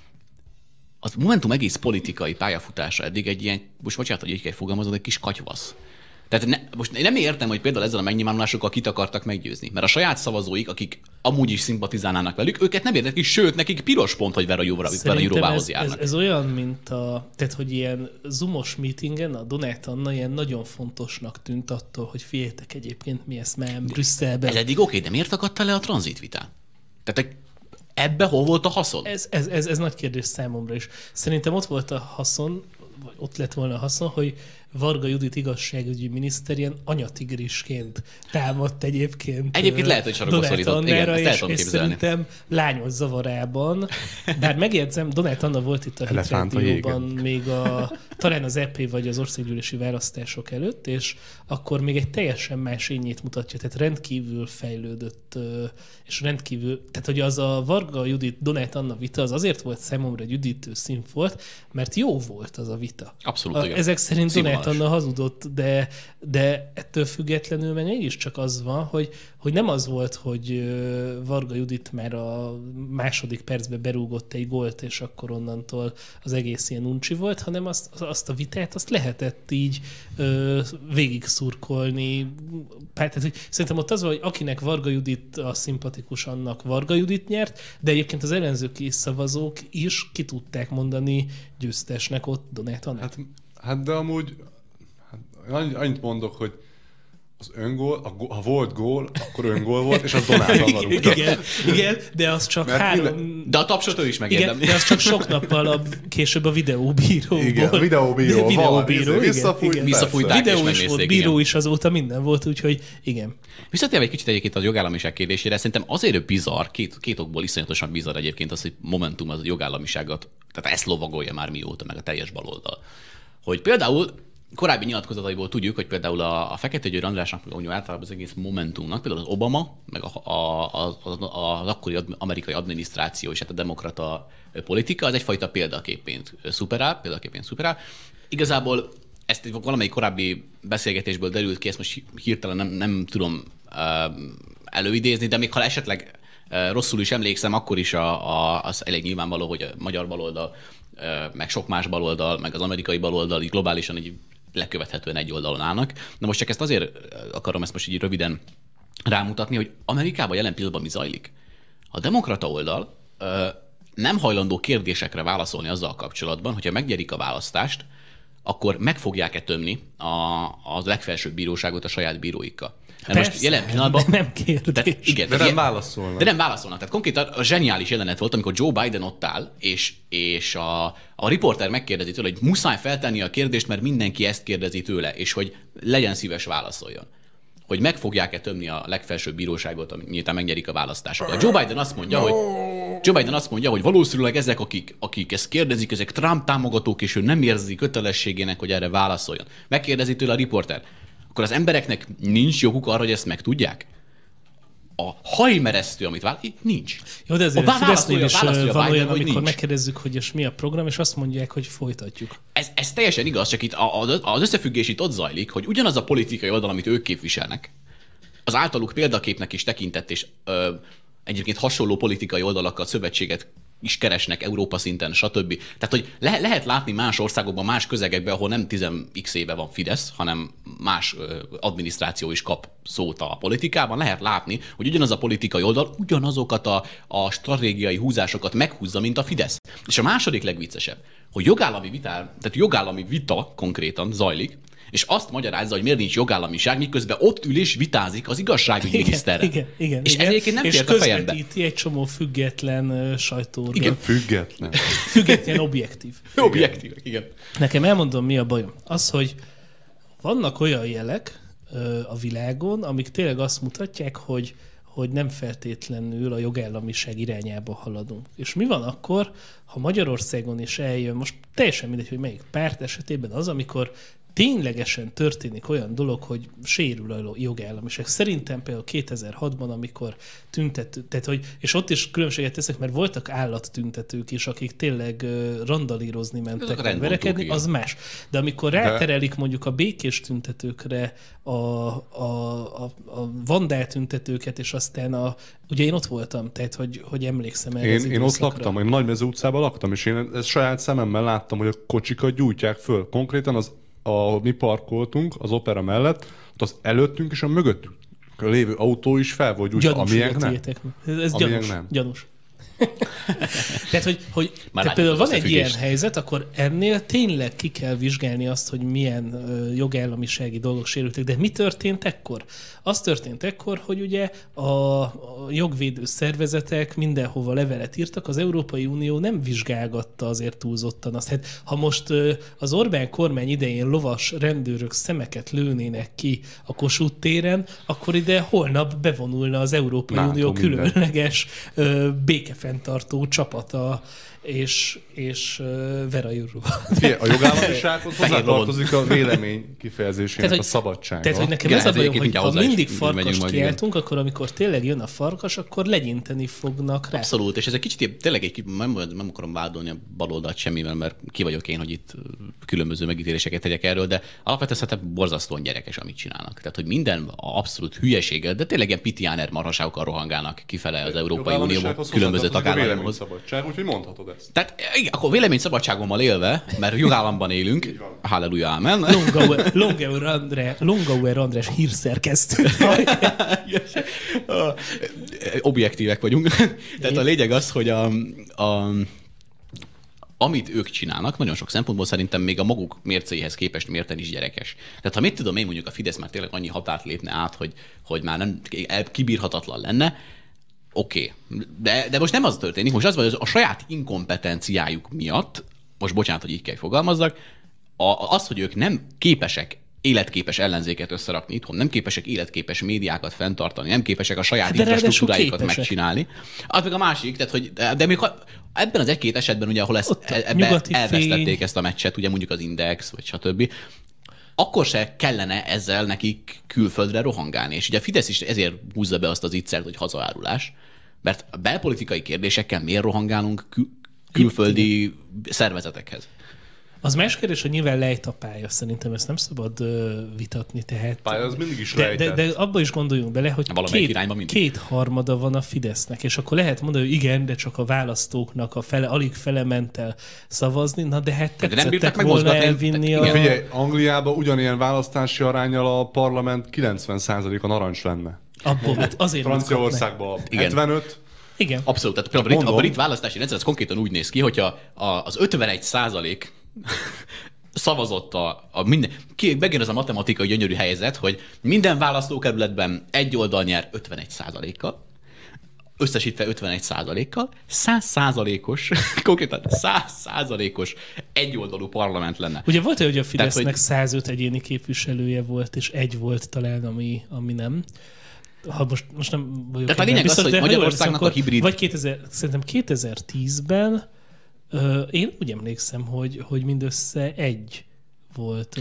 az Momentum egész politikai pályafutása eddig egy ilyen, most bocsánat, hogy így kell fogalmazod, egy kis katyvasz. Tehát most én nem értem, hogy például ezzel a megnyilvánulásokkal kit akartak meggyőzni. Mert a saját szavazóik, akik amúgy is szimpatizálnának velük, őket nem érdekli, sőt, nekik piros pont, hogy Vera Jourovához járnak. Ez olyan, mint tehát, hogy ilyen zoomos meetingen a Donát Anna ilyen nagyon fontosnak tűnt attól, hogy figyeljetek egyébként, mi ezt már Brüsszelben. Ez eddig oké, de miért akadtál le a tranzitvitán? Tehát ebbe hol volt a haszon? Ez nagy kérdés számomra is. Szerintem ott volt a haszon, vagy ott lett volna a haszon, hogy Varga Judit igazságügyi miniszter ilyen anyatigrisként támadt egyébként. Egyébként lehet, hogy sarokba szorított. Igen, ezt el tudom képzelni. Szerintem lányos zavarában. Bár megjegyzem, Donát Anna volt itt a Hit Rádióban még talán az EP vagy az országgyűlési választások előtt, és akkor még egy teljesen más ényét mutatja. Tehát rendkívül fejlődött, és rendkívül, tehát hogy az a Varga Judit Donát Anna vita az azért volt számomra egy üdítő szín volt, mert jó volt az a vita. Abszolút, igen. Ezek szerint Donát Donát Anna hazudott, de ettől függetlenül meg mégiscsak az van, hogy nem az volt, hogy Varga Judit már a második percben berúgott egy gólt, és akkor onnantól az egész ilyen uncsi volt, hanem azt a vitát, azt lehetett így végig szurkolni. Tehát, hogy szerintem ott az van, hogy akinek Varga Judit a szimpatikus, annak Varga Judit nyert, de egyébként az ellenzőki szavazók is ki tudták mondani győztesnek ott Donát Annát. Hát de amúgy annyit mondok, hogy az öngól, ha volt gól, akkor öngól volt, és az Donát Anna rúgta. Igen, de az csak De a tapsot ő is megérdemli. Igen, de az csak sok nappal később a videóbíróból. Igen, a videóbíró. Visszafújták videó és is volt, megnézték. bíró is azóta minden volt, úgyhogy igen. Visszatérve egy kicsit egyébként a jogállamiság kérdésére, szerintem azért bizarr, két okból iszonyatosan bizarr egyébként az, hogy Momentum az a jogállamiságot, tehát ezt lovagolja már mióta, meg a teljes baloldal. Hogy például korábbi nyilatkozataiból tudjuk, hogy például a Fekete Győr Andrásnak, meg általában az egész Momentumnak, például az Obama, meg az akkori amerikai adminisztráció és hát a demokrata politika, az egyfajta példaképként szuperál. Igazából ezt valamelyik korábbi beszélgetésből derült ki, ezt most hirtelen nem tudom előidézni, de még ha esetleg rosszul is emlékszem, akkor is az elég nyilvánvaló, hogy a magyar baloldal, meg sok más baloldal, meg az amerikai baloldal így globálisan így lekövethetően egy oldalon állnak. Na most csak ezt azért akarom ezt most így röviden rámutatni, hogy Amerikában jelen pillanatban mi zajlik. A demokrata oldal nem hajlandó kérdésekre válaszolni azzal kapcsolatban, hogyha megnyerik a választást, akkor meg fogják-e tömni a legfelsőbb bíróságot a saját bíróikkal. Most jelen pillanatban nem kérdés. Igen, de nem válaszolnak. De nem válaszolnak. Tehát konkrétan a zseniális jelenet volt, amikor Joe Biden ott áll, és a riporter megkérdezi tőle, hogy muszáj feltenni a kérdést, mert mindenki ezt kérdezi tőle, és hogy legyen szíves válaszoljon. Hogy meg fogják-e tömni a legfelsőbb bíróságot, miután megnyerik a választásokat. Joe Biden azt mondja, hogy valószínűleg ezek, akik ezt kérdezik, ezek Trump támogatók, és ő nem érzi kötelességének, hogy erre válaszoljon. Megkérdezi tőle a riporter. Akkor az embereknek nincs joguk arra, hogy ezt megtudják? A hajmeresztő, amit nincs. Jó, de azért a Fidesznél is van olyan, amikor nincs. Megkérdezzük, hogy és mi a program, és azt mondják, hogy folytatjuk. Ez teljesen igaz, csak itt az összefüggés itt ott zajlik, hogy ugyanaz a politikai oldal, amit ők képviselnek, az általuk példaképnek is tekintett, és egyébként hasonló politikai oldalakkal szövetséget is keresnek Európa szinten, stb. Tehát, hogy lehet látni más országokban, más közegekben, ahol nem 10x éve van Fidesz, hanem más adminisztráció is kap szót a politikában, lehet látni, hogy ugyanaz a politikai oldal ugyanazokat a stratégiai húzásokat meghúzza, mint a Fidesz. És a második legviccesebb, hogy jogállami vita konkrétan zajlik, és azt magyarázza, hogy miért nincs jogállamiság, miközben ott ül és vitázik az igazságügyi miniszterrel. Igen. És ez egyébként nem fért a fejembe. És közvetíti egy csomó független sajtóról. Igen, független. Független, objektív. Objektív, igen. Nekem elmondom, mi a bajom. Az, hogy vannak olyan jelek a világon, amik tényleg azt mutatják, hogy nem feltétlenül a jogállamiság irányába haladunk. És mi van akkor, ha Magyarországon is eljön, most teljesen mindegy, hogy melyik párt esetében az, amikor ténylegesen történik olyan dolog, hogy sérül a jogállamiság. Szerintem például 2006-ban, amikor és ott is különbséget teszek, mert voltak állattüntetők is, akik tényleg randalírozni mentek, verekedni, az más. De amikor ráterelik mondjuk a békés tüntetőkre a vandáltüntetőket, és aztán ugye én ott voltam, tehát hogy emlékszem erre az Én ott laktam, én Nagymező utcában laktam, és én ezt saját szememmel láttam, hogy a kocsikat gyújtják föl. Konkrétan mi parkoltunk az opera mellett, ott az előttünk és a mögöttünk lévő autó is fel volt gyújtva, amilyen nem. Ez gyanús. Tehát, hogy például van egy ilyen helyzet, akkor ennél tényleg ki kell vizsgálni azt, hogy milyen jogállamisági dolgok sérültek. De mi történt ekkor? Az történt ekkor, hogy ugye a jogvédő szervezetek mindenhova levelet írtak, az Európai Unió nem vizsgálgatta azért túlzottan azt. Hát, ha most az Orbán kormány idején lovas rendőrök szemeket lőnének ki a Kossuth téren, akkor ide holnap bevonulna az Európai Unió különleges békefenntartó békefenntartó csapata és Vera Jourova. A jogállamisághoz hozzátartozik a vélemény kifejezésének a szabadsága. Tehát, hogy nekem Igen, ez a bajom, egyébként hogy ha hozzá is mindig megyünk farkast majd, kiáltunk, akkor amikor tényleg jön a farkas, akkor legyinteni fognak rá. Abszolút, és ez egy kicsit tényleg nem akarom vádolni a baloldalt semmivel, mert ki vagyok én, hogy itt különböző megítéléseket tegyek erről, de alapvetően szerintem borzasztóan gyerekes, amit csinálnak. Tehát, hogy minden abszolút hülyeséggel, de tényleg ilyen pitiáner marhaságokkal rohangálnak kifele az Európai Unióban, különböző tagállamokhoz. Szabadság, úgyhogy mondhatod ezt. Tehát igen, akkor véleményszabadságommal élve, mert jogállamban élünk, halleluja, amen. Longauer András hírszerkesztő. Objektívek vagyunk. Tehát a lényeg az, hogy amit ők csinálnak, nagyon sok szempontból szerintem még a maguk mércéhez képest mérten is gyerekes. Tehát ha mit tudom én, mondjuk a Fidesz már tényleg annyi határt lépne át, hogy már nem kibírhatatlan lenne, oké. De most nem az történik, most az van, hogy a saját inkompetenciájuk miatt, most bocsánat, hogy így kell fogalmazzak, az, hogy ők nem képesek életképes ellenzéket összerakni itthon, nem képesek életképes médiákat fenntartani, nem képesek a saját infrastruktúráikat megcsinálni. Az meg a másik, tehát, hogy, de még ebben az egy-két esetben, ugye, ahol elvesztették ezt a meccset, ugye mondjuk az Index, vagy stb., akkor se kellene ezzel nekik külföldre rohangálni. És ugye a Fidesz is ezért húzza be azt az ittszert, hogy hazaárulás, mert a belpolitikai kérdésekkel miért rohangálunk külföldi szervezetekhez? Az más kérdés, hogy nyilván lejt a pálya, szerintem ezt nem szabad vitatni. Tehát, pálya az mindig is lejtett. De abba is gondoljunk bele, hogy kétharmada van a Fidesznek, és akkor lehet mondani, hogy igen, de csak a választóknak alig fele ment el szavazni, na de hát tetszettek volna elvinni a... Figyelj, Angliában ugyanilyen választási aránnyal a parlament 90%-a narancs lenne. Abból azért Franciaországban 75. Igen. Abszolút. Tehát például a brit választási rendszer az konkrétan úgy néz ki, hogyha az 51% szavazott megint az a matematikai gyönyörű helyzet, hogy minden választókerületben egy oldal nyer 51%-kal, összesítve 51%-kal, 100%-os, konkrétan 100%-os egyoldalú parlament lenne. Ugye volt, hogy a Fidesznek tehát, 105 egyéni képviselője volt, és egy volt talán, ami nem. Ha most nem vagyok. Tehát a lényeg biztos, az, hogy Magyarországnak a hibrid... Vagy szerintem 2010-ben én úgy emlékszem, hogy mindössze egy volt.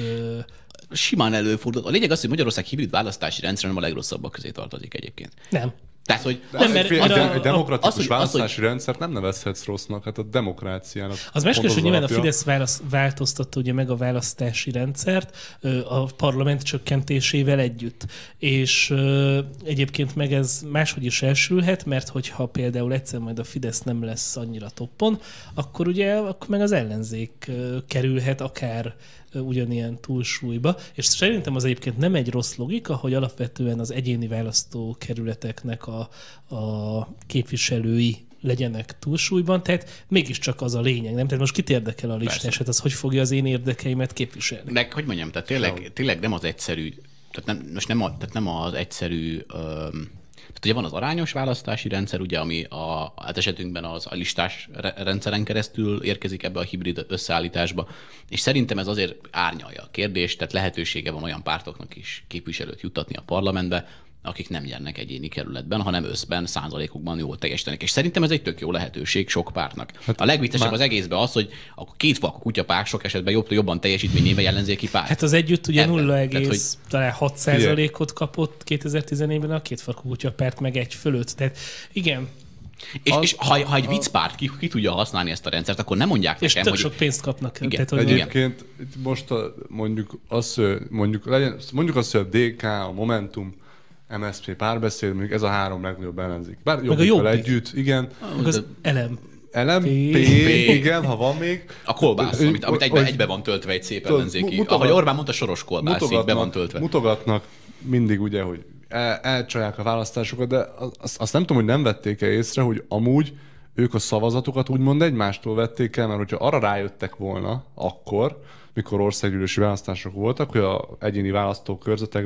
Simán előfordult. A lényeg az, hogy Magyarország hibrid választási rendszer nem a legrosszabbak közé tartozik egyébként. Nem. Tehát, hogy egy demokratikus választási rendszert nem nevezhetsz rossznak, hát a demokráciának. Az másképp, hogy nyilván a Fidesz változtatta ugye meg a választási rendszert a parlament csökkentésével együtt. És egyébként meg ez máshogy is elsülhet, mert hogyha például egyszer majd a Fidesz nem lesz annyira toppon, akkor ugye akkor meg az ellenzék kerülhet akár ugyanilyen túlsúlyba, és szerintem az egyébként nem egy rossz logika, hogy alapvetően az egyéni választókerületeknek a képviselői legyenek túlsúlyban, tehát mégiscsak az a lényeg, nem? Tehát most kit érdekel a listás, hát az hogy fogja az én érdekeimet képviselni? Meg, hogy mondjam, tehát tényleg nem az egyszerű, tehát nem az egyszerű, tehát ugye van az arányos választási rendszer, ugye, ami az esetünkben a listás rendszeren keresztül érkezik ebbe a hibrid összeállításba, és szerintem ez azért árnyalja a kérdést, tehát lehetősége van olyan pártoknak is képviselőt juttatni a parlamentbe, akik nem nyernek egyéni kerületben, hanem összben, százalékokban jól teljesítenek. És szerintem ez egy tök jó lehetőség sok pártnak. Hát a legviccesebb az egészben az, hogy a két vak kutyapárt sok esetben jobban teljesítményében ellenzéki párt. Hát az együtt ugye 0,6%-ot kapott 2014-ben, a két farkú kutyapárt meg egy fölött. Tehát igen. És ha egy viccpárt ki tudja használni ezt a rendszert, akkor nem mondják és nekem, hogy... És tök sok pénzt kapnak. Igen. Tehát, egyébként most mondjuk azt, hogy a DK, a Momentum, MSZP Párbeszéd, mondjuk ez a három legnagyobb ellenzék. Bár Jobbikkal együtt, igen. Az LMP, igen, ha van még. A kolbász, amit egybe van töltve egy szép ellenzéki. Ahogy Orbán mondta, soros kolbász, így be van töltve. Mutogatnak mindig ugye, hogy elcsalják a választásokat, de azt nem tudom, hogy nem vették-e észre, hogy amúgy ők a szavazatokat úgymond egymástól vették el, mert hogyha arra rájöttek volna akkor, mikor országgyűlési választások voltak, hogy az egyéni választókörzetekben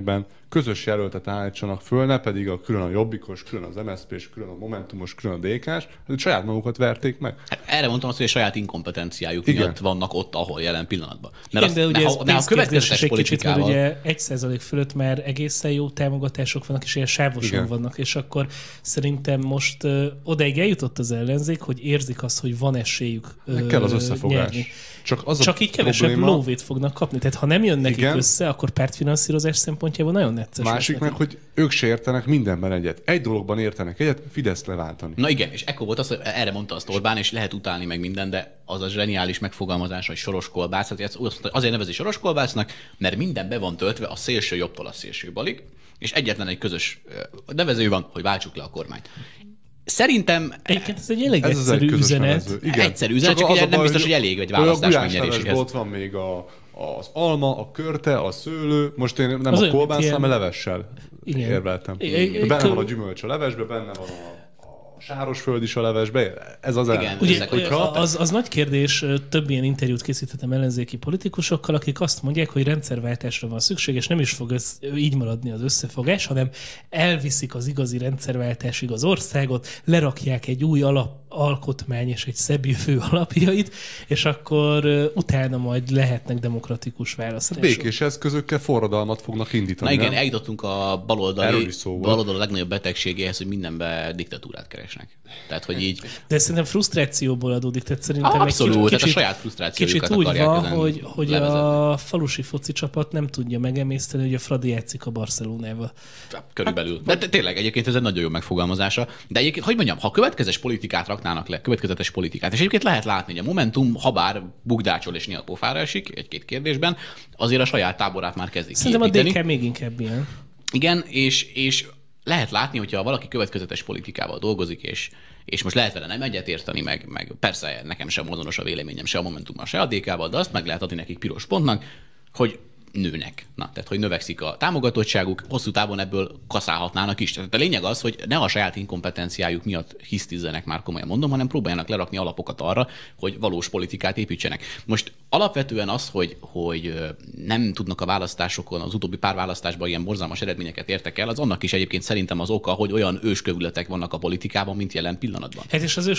közös jelöltet állítsanak föl, ne pedig külön a Jobbikos, külön az MSZP-s, külön a Momentumos, külön a DK-s, hogy saját magukat verték meg. Hát erre mondtam azt, hogy a saját inkompetenciájuk Igen. miatt vannak ott, ahol jelen pillanatban. Igen, de ugye ez pénzkérdés is egy kicsit, mert politikával... ugye 1% fölött már egészen jó támogatások vannak, és ilyen sávosan Igen. vannak, és akkor szerintem most odaig eljutott az ellenzék, hogy érzik azt, hogy van esélyük Meg kell az összefogás. nyerni. Csak Így kevesebb lóvét fognak kapni. Tehát ha nem jön nekik Igen. össze, akkor pártfinanszírozás szempontjából nagyon necces. Másik meg, hogy ők se értenek mindenben egyet. Egy dologban értenek egyet, Fideszt leváltani. Na igen, és ekkor volt az, hogy erre mondta azt Orbán, és lehet utálni meg minden, de az a zseniális megfogalmazás, hogy soros kolbász. Hát azért nevezi soros kolbásznak, mert minden be van töltve a szélső jobbtól a szélső balig, és egyetlen egy közös nevező van, hogy váltsuk le a kormányt. Szerintem Egyébként ez egy elég Ez az egy egyszerű közös üzenet. nevező. Igen. Egyszerű üzenet, csak az ugye a nem baj, biztos, hogy elég egy a választás gulyáslevesben megnyeréséhez. ott van még az alma, a körte, a szőlő. Most én nem Az a olyan, kolbász, mint hanem ilyen- levessel Igen. érveltem. Igen. Benne van a gyümölcs a levesbe, benne van a sárosföld is a levesbe. Ez az Igen. elem. Ugye, Ezek, hogyha- az nagy kérdés, több ilyen interjút készítettem ellenzéki politikusokkal, akik azt mondják, hogy rendszerváltásra van szükség, és nem is fog így maradni az összefogás, hanem elviszik az igazi rendszerváltásig az országot, lerakják egy új alkotmány és egy szebb jövő alapjait, és akkor utána majd lehetnek demokratikus választások. Békés eszközökkel forradalmat fognak indítani. Na igen, nem? eljutottunk a Erről baloldali is szó volt. baloldal a legnagyobb betegségéhez, hogy mindenbe diktatúrát keresnek. Tehát, hogy így De szerintem frusztrációból adódik, tehát szerintem abszolút, egy tehát a saját frusztrációjukat kicsit úgy akarják van, ezen hogy levezetni. a falusi foci csapat nem tudja megemészteni, hogy a Fradi játszik a Barcelonával. Körülbelül. De tényleg egyébként ez egy nagyon jó megfogalmazása. De egyébként, hogy mondjam, ha következes politikát raknának le, következetes politikát, és egyébként lehet látni, hogy a Momentum, ha bár bugdácsol és néha pofára esik egy-két kérdésben, azért a saját táborát már kezdik Szerintem a kiépíteni. DK még inkább ilyen. Igen, és lehet látni, hogyha valaki következetes politikával dolgozik, és most lehet vele nem egyetérteni, meg persze nekem sem azonos a véleményem, se a Momentummal, se a DK-val, de azt meg lehet adni nekik piros pontnak, hogy nőnek. Na, tehát, hogy növekszik a támogatottságuk, hosszú távon ebből kaszálhatnának is. Tehát a lényeg az, hogy ne a saját inkompetenciájuk miatt hisztizzenek, már komolyan mondom, hanem próbáljanak lerakni alapokat arra, hogy valós politikát építsenek. Most alapvetően az, hogy nem tudnak a választásokon, az utóbbi pár választásban ilyen borzalmas eredményeket értek el, az annak is egyébként szerintem az oka, hogy olyan őskövületek vannak a politikában, mint jelen pillanatban. Hát és az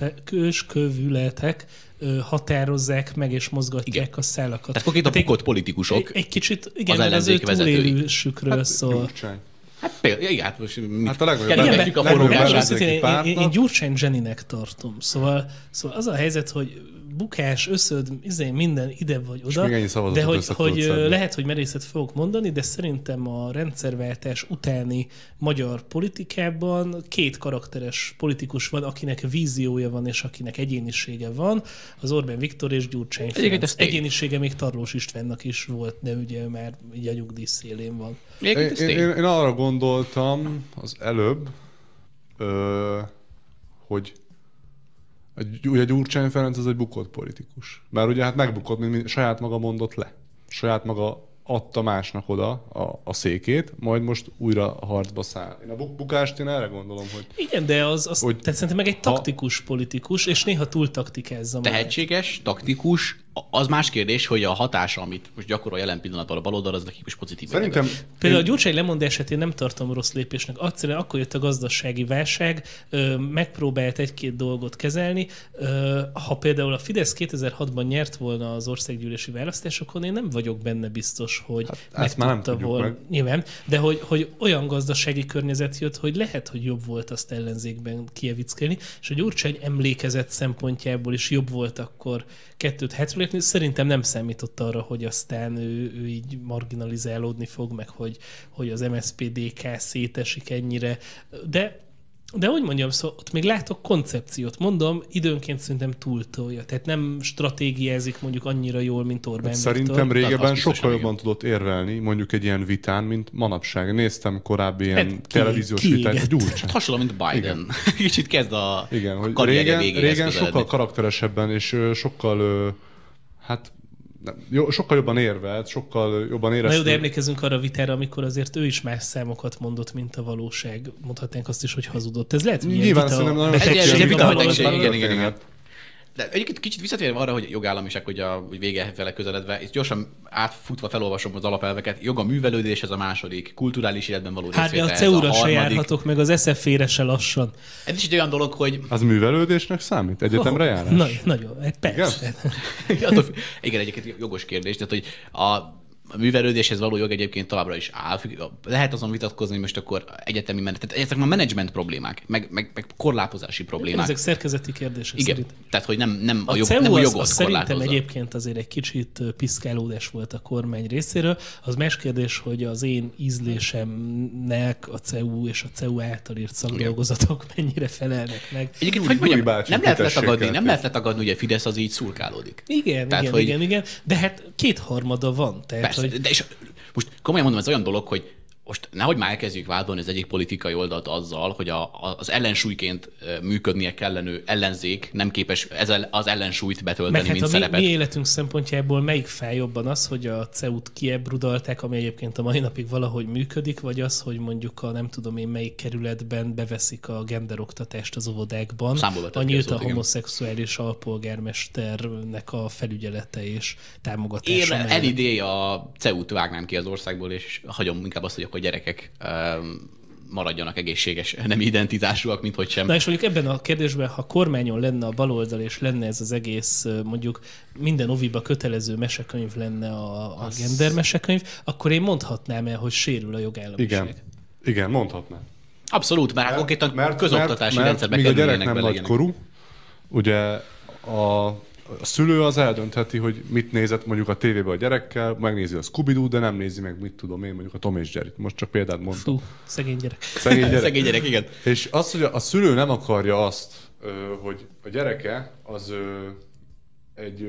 őskövületek határozzák meg és mozgatják Igen. a szálakat. Tehát konkrétan Hát bukott politikusok. egy kicsit, igen, az mert az ő ellenzék vezetői. túlélésükről szól. Gyurcsány. Hát például, igen, hát most Hát a legnagyobb kergetjük a legnagyobb forrókását. ellenzéki Én pártnak. Gyurcsány Zseninek tartom. Szóval az a helyzet, hogy bukás, összöd, minden ide vagy oda, még ennyi szavazatot de össze tudod hogy szedni. lehet, hogy merészet fogok mondani, de szerintem a rendszerváltás utáni magyar politikában két karakteres politikus van, akinek víziója van, és akinek egyénisége van, az Orbán Viktor és Gyurcsány Egyébként Ferenc. ez tény. Egyénisége még Tarlós Istvánnak is volt, de ugye már így a nyugdíj szélén van. Egyébként ez tény. Én arra gondoltam az előbb, hogy ugye Gyurcsány Ferenc az egy bukott politikus. Mert ugye hát megbukott, mint saját maga mondott le. Saját maga adta másnak oda a székét, majd most újra harcba száll. Én a bukást én erre gondolom, hogy Igen, de az Hogy tehát szerintem meg egy taktikus politikus, és néha túl taktikázza. magát. Tehetséges, taktikus, az más kérdés, hogy a hatása, amit most gyakorol jelen pillanatban a baloldal, az nekik is pozitív. szerintem Például a Gyurcsány lemondását én nem tartom rossz lépésnek. Egyszerűen akkor jött a gazdasági válság, megpróbált egy-két dolgot kezelni. Ha például a Fidesz 2006-ban nyert volna az országgyűlési választásokon, én nem vagyok benne biztos, hogy ezt már nem tudjuk volna. meg. Nyilván, de hogy olyan gazdasági környezet jött, hogy lehet, hogy jobb volt azt ellenzékben kievickelni, és a Gyurcsány emlékezet szempontjából is jobb volt akkor kettőt hátralépni. Szerintem nem számított arra, hogy aztán ő így marginalizálódni fog, meg hogy az MSZP-DK szétesik ennyire. De hogy mondjam, szóval ott még látok koncepciót. Mondom, időnként szerintem túltolja. Tehát nem stratégiázik mondjuk annyira jól, mint Orbán Viktor. Szerintem régebben azt biztosan sokkal igen. jobban tudott érvelni, mondjuk egy ilyen vitán, mint manapság. Néztem korábbi ilyen Hát televíziós kiégett. vitát, Gyurcsány. Hát hasonló, mint Biden. Kicsit kezd a Igen, hogy karrierje végéhez régen közeledni. sokkal karakteresebben és sokkal sokkal jobban érvelt, sokkal jobban Na jó, érezte. de emlékezünk arra a vitára, amikor azért ő is más számokat mondott, mint a valóság. Mondhatnánk azt is, hogy hazudott. Ez lehet, hogy ilyen Nyilván vita szerintem nagyon betegség Ez ilyen van vita valahol. betegség, igen. De egyébként kicsit visszatérve arra, hogy jogállamiság, hogy a vége fele közeledve, és gyorsan átfutva felolvasom az alapelveket. Jog a művelődéshez a második, kulturális életben való Hát de részvételhez a CEU-ra a se harmadik. járhatok, meg az SZF-ére se lassan. Ez is egy olyan dolog, hogy... Az művelődésnek számít? Egyetemre járás? Nagyon, persze. Igen, egyébként jogos kérdés, tehát hogy a művelődéshez való jog egyébként továbbra is áll. Lehet azon vitatkozni, hogy most akkor egyetemi menet. Tehát ezek már menedzsment problémák, meg korlátozási problémák. Ezek szerkezeti kérdések Igen, szerint. tehát hogy nem a, CEU nem a az jogot szerintem korlátozza. egyébként azért egy kicsit piszkálódás volt a kormány részéről. Az más kérdés, hogy az én ízlésemnek a CEU és a CEU által írt szakdolgozatok mennyire felelnek meg. Egyébként, Gyuri hogy mondjam, bácsi nem lehet kitessék letagadni, el. nem lehet letagadni, hogy a Fidesz az így szurkálódik. Igen, Tehát, igen, hogy- igen. De hát 2/3 van. Tehát, Persze, hogy de és most komolyan mondom, ez olyan dolog, hogy most nehogy már elkezdjük vádolni az egyik politikai oldalt azzal, hogy az ellensúlyként működnie kellenő ellenzék nem képes az ellensúlyt betölteni, meg hát mint a szerepet. mi életünk szempontjából melyik fáj jobban az, hogy a CEU-t kiebrudalták, ami egyébként a mai napig valahogy működik, vagy az, hogy mondjuk a nem tudom én melyik kerületben beveszik a genderoktatást az óvodákban. Számból vetett A nyílt szót, a igen. homoszexuális alpolgármesternek a felügyelete és támogatása Én mellett. elidé a CEU-t vágnám ki az országból, és hagyom inkább azt, hogy akkor gyerekek maradjanak egészséges nem identitásúak, mint hogy sem. Na és mondjuk ebben a kérdésben, ha kormányon lenne a baloldal, és lenne ez az egész, mondjuk minden oviba kötelező mesekönyv lenne a gender mesekönyv, akkor én mondhatnám el, hogy sérül a jogállamiság. Igen, mondhatnám. Abszolút, mert konkrétan közoktatási rendszerbe míg a gyerek kerülnének nem bele ilyenek. nagykorú, ugye a szülő az eldöntheti, hogy mit nézett mondjuk a tévébe a gyerekkel, megnézi a Scooby-Doo, de nem nézi meg, mit tudom én, mondjuk a Tom és Jerry. Most csak példát mondtam. Fú, szegény gyerek. Szegény gyerek. Szegény gyerek, igen. És az, hogy a szülő nem akarja azt, hogy a gyereke az egy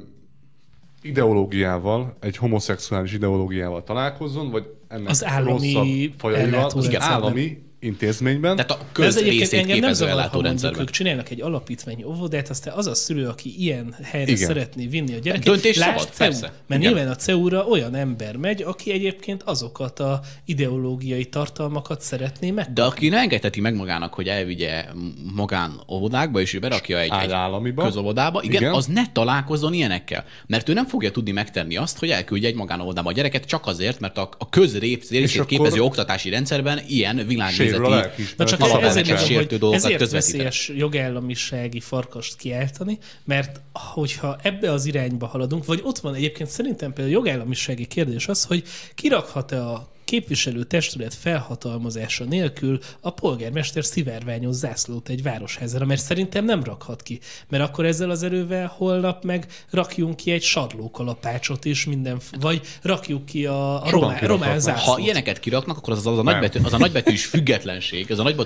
ideológiával, egy homoszexuális ideológiával találkozzon, vagy ennek Az állami rosszabb fajaival, az ellátórendszerben. állami intézményben. Tehát a De ez egyébként közrészét engem nem képező zavar, ha mondjuk ellátórendszerben. ők csinálnak egy alapítvány óvodát, aztán az a szülő, aki ilyen helyre Igen. szeretné vinni a gyereket, Döntés lásd szabad, CEU. persze. Mert Igen. nyilván a CEU-ra olyan ember megy, aki egyébként azokat a ideológiai tartalmakat szeretné meg. De aki ne engedheti meg magának, hogy elvigye magán óvodákba, és ő berakja egy államiba. közóvodába, igen, Igen. az ne találkozzon ilyenekkel. Mert ő nem fogja tudni megtenni azt, hogy elküldje egy magánóvodába a gyereket csak azért, mert a közrészét akkor képező oktatási rendszerben ilyen Sérül a világnézeti lelkiismeret. Na csak alapelveket ezért mondom, sértő hogy dolgokat ezért közvetíteni. veszélyes jogállamisági farkast kiáltani, mert hogyha ebbe az irányba haladunk, vagy ott van egyébként szerintem például jogállamisági kérdés az, hogy kirakhat-e a képviselő testület felhatalmazása nélkül a polgármester szivárványos zászlót egy városházára, mert szerintem nem rakhat ki. Mert akkor ezzel az erővel holnap meg rakjunk ki egy sarlókalapácsot is, vagy rakjuk ki a román kirakhatnak. zászlót. Ha ilyeneket kiraknak, akkor az a nagybetűs függetlenség,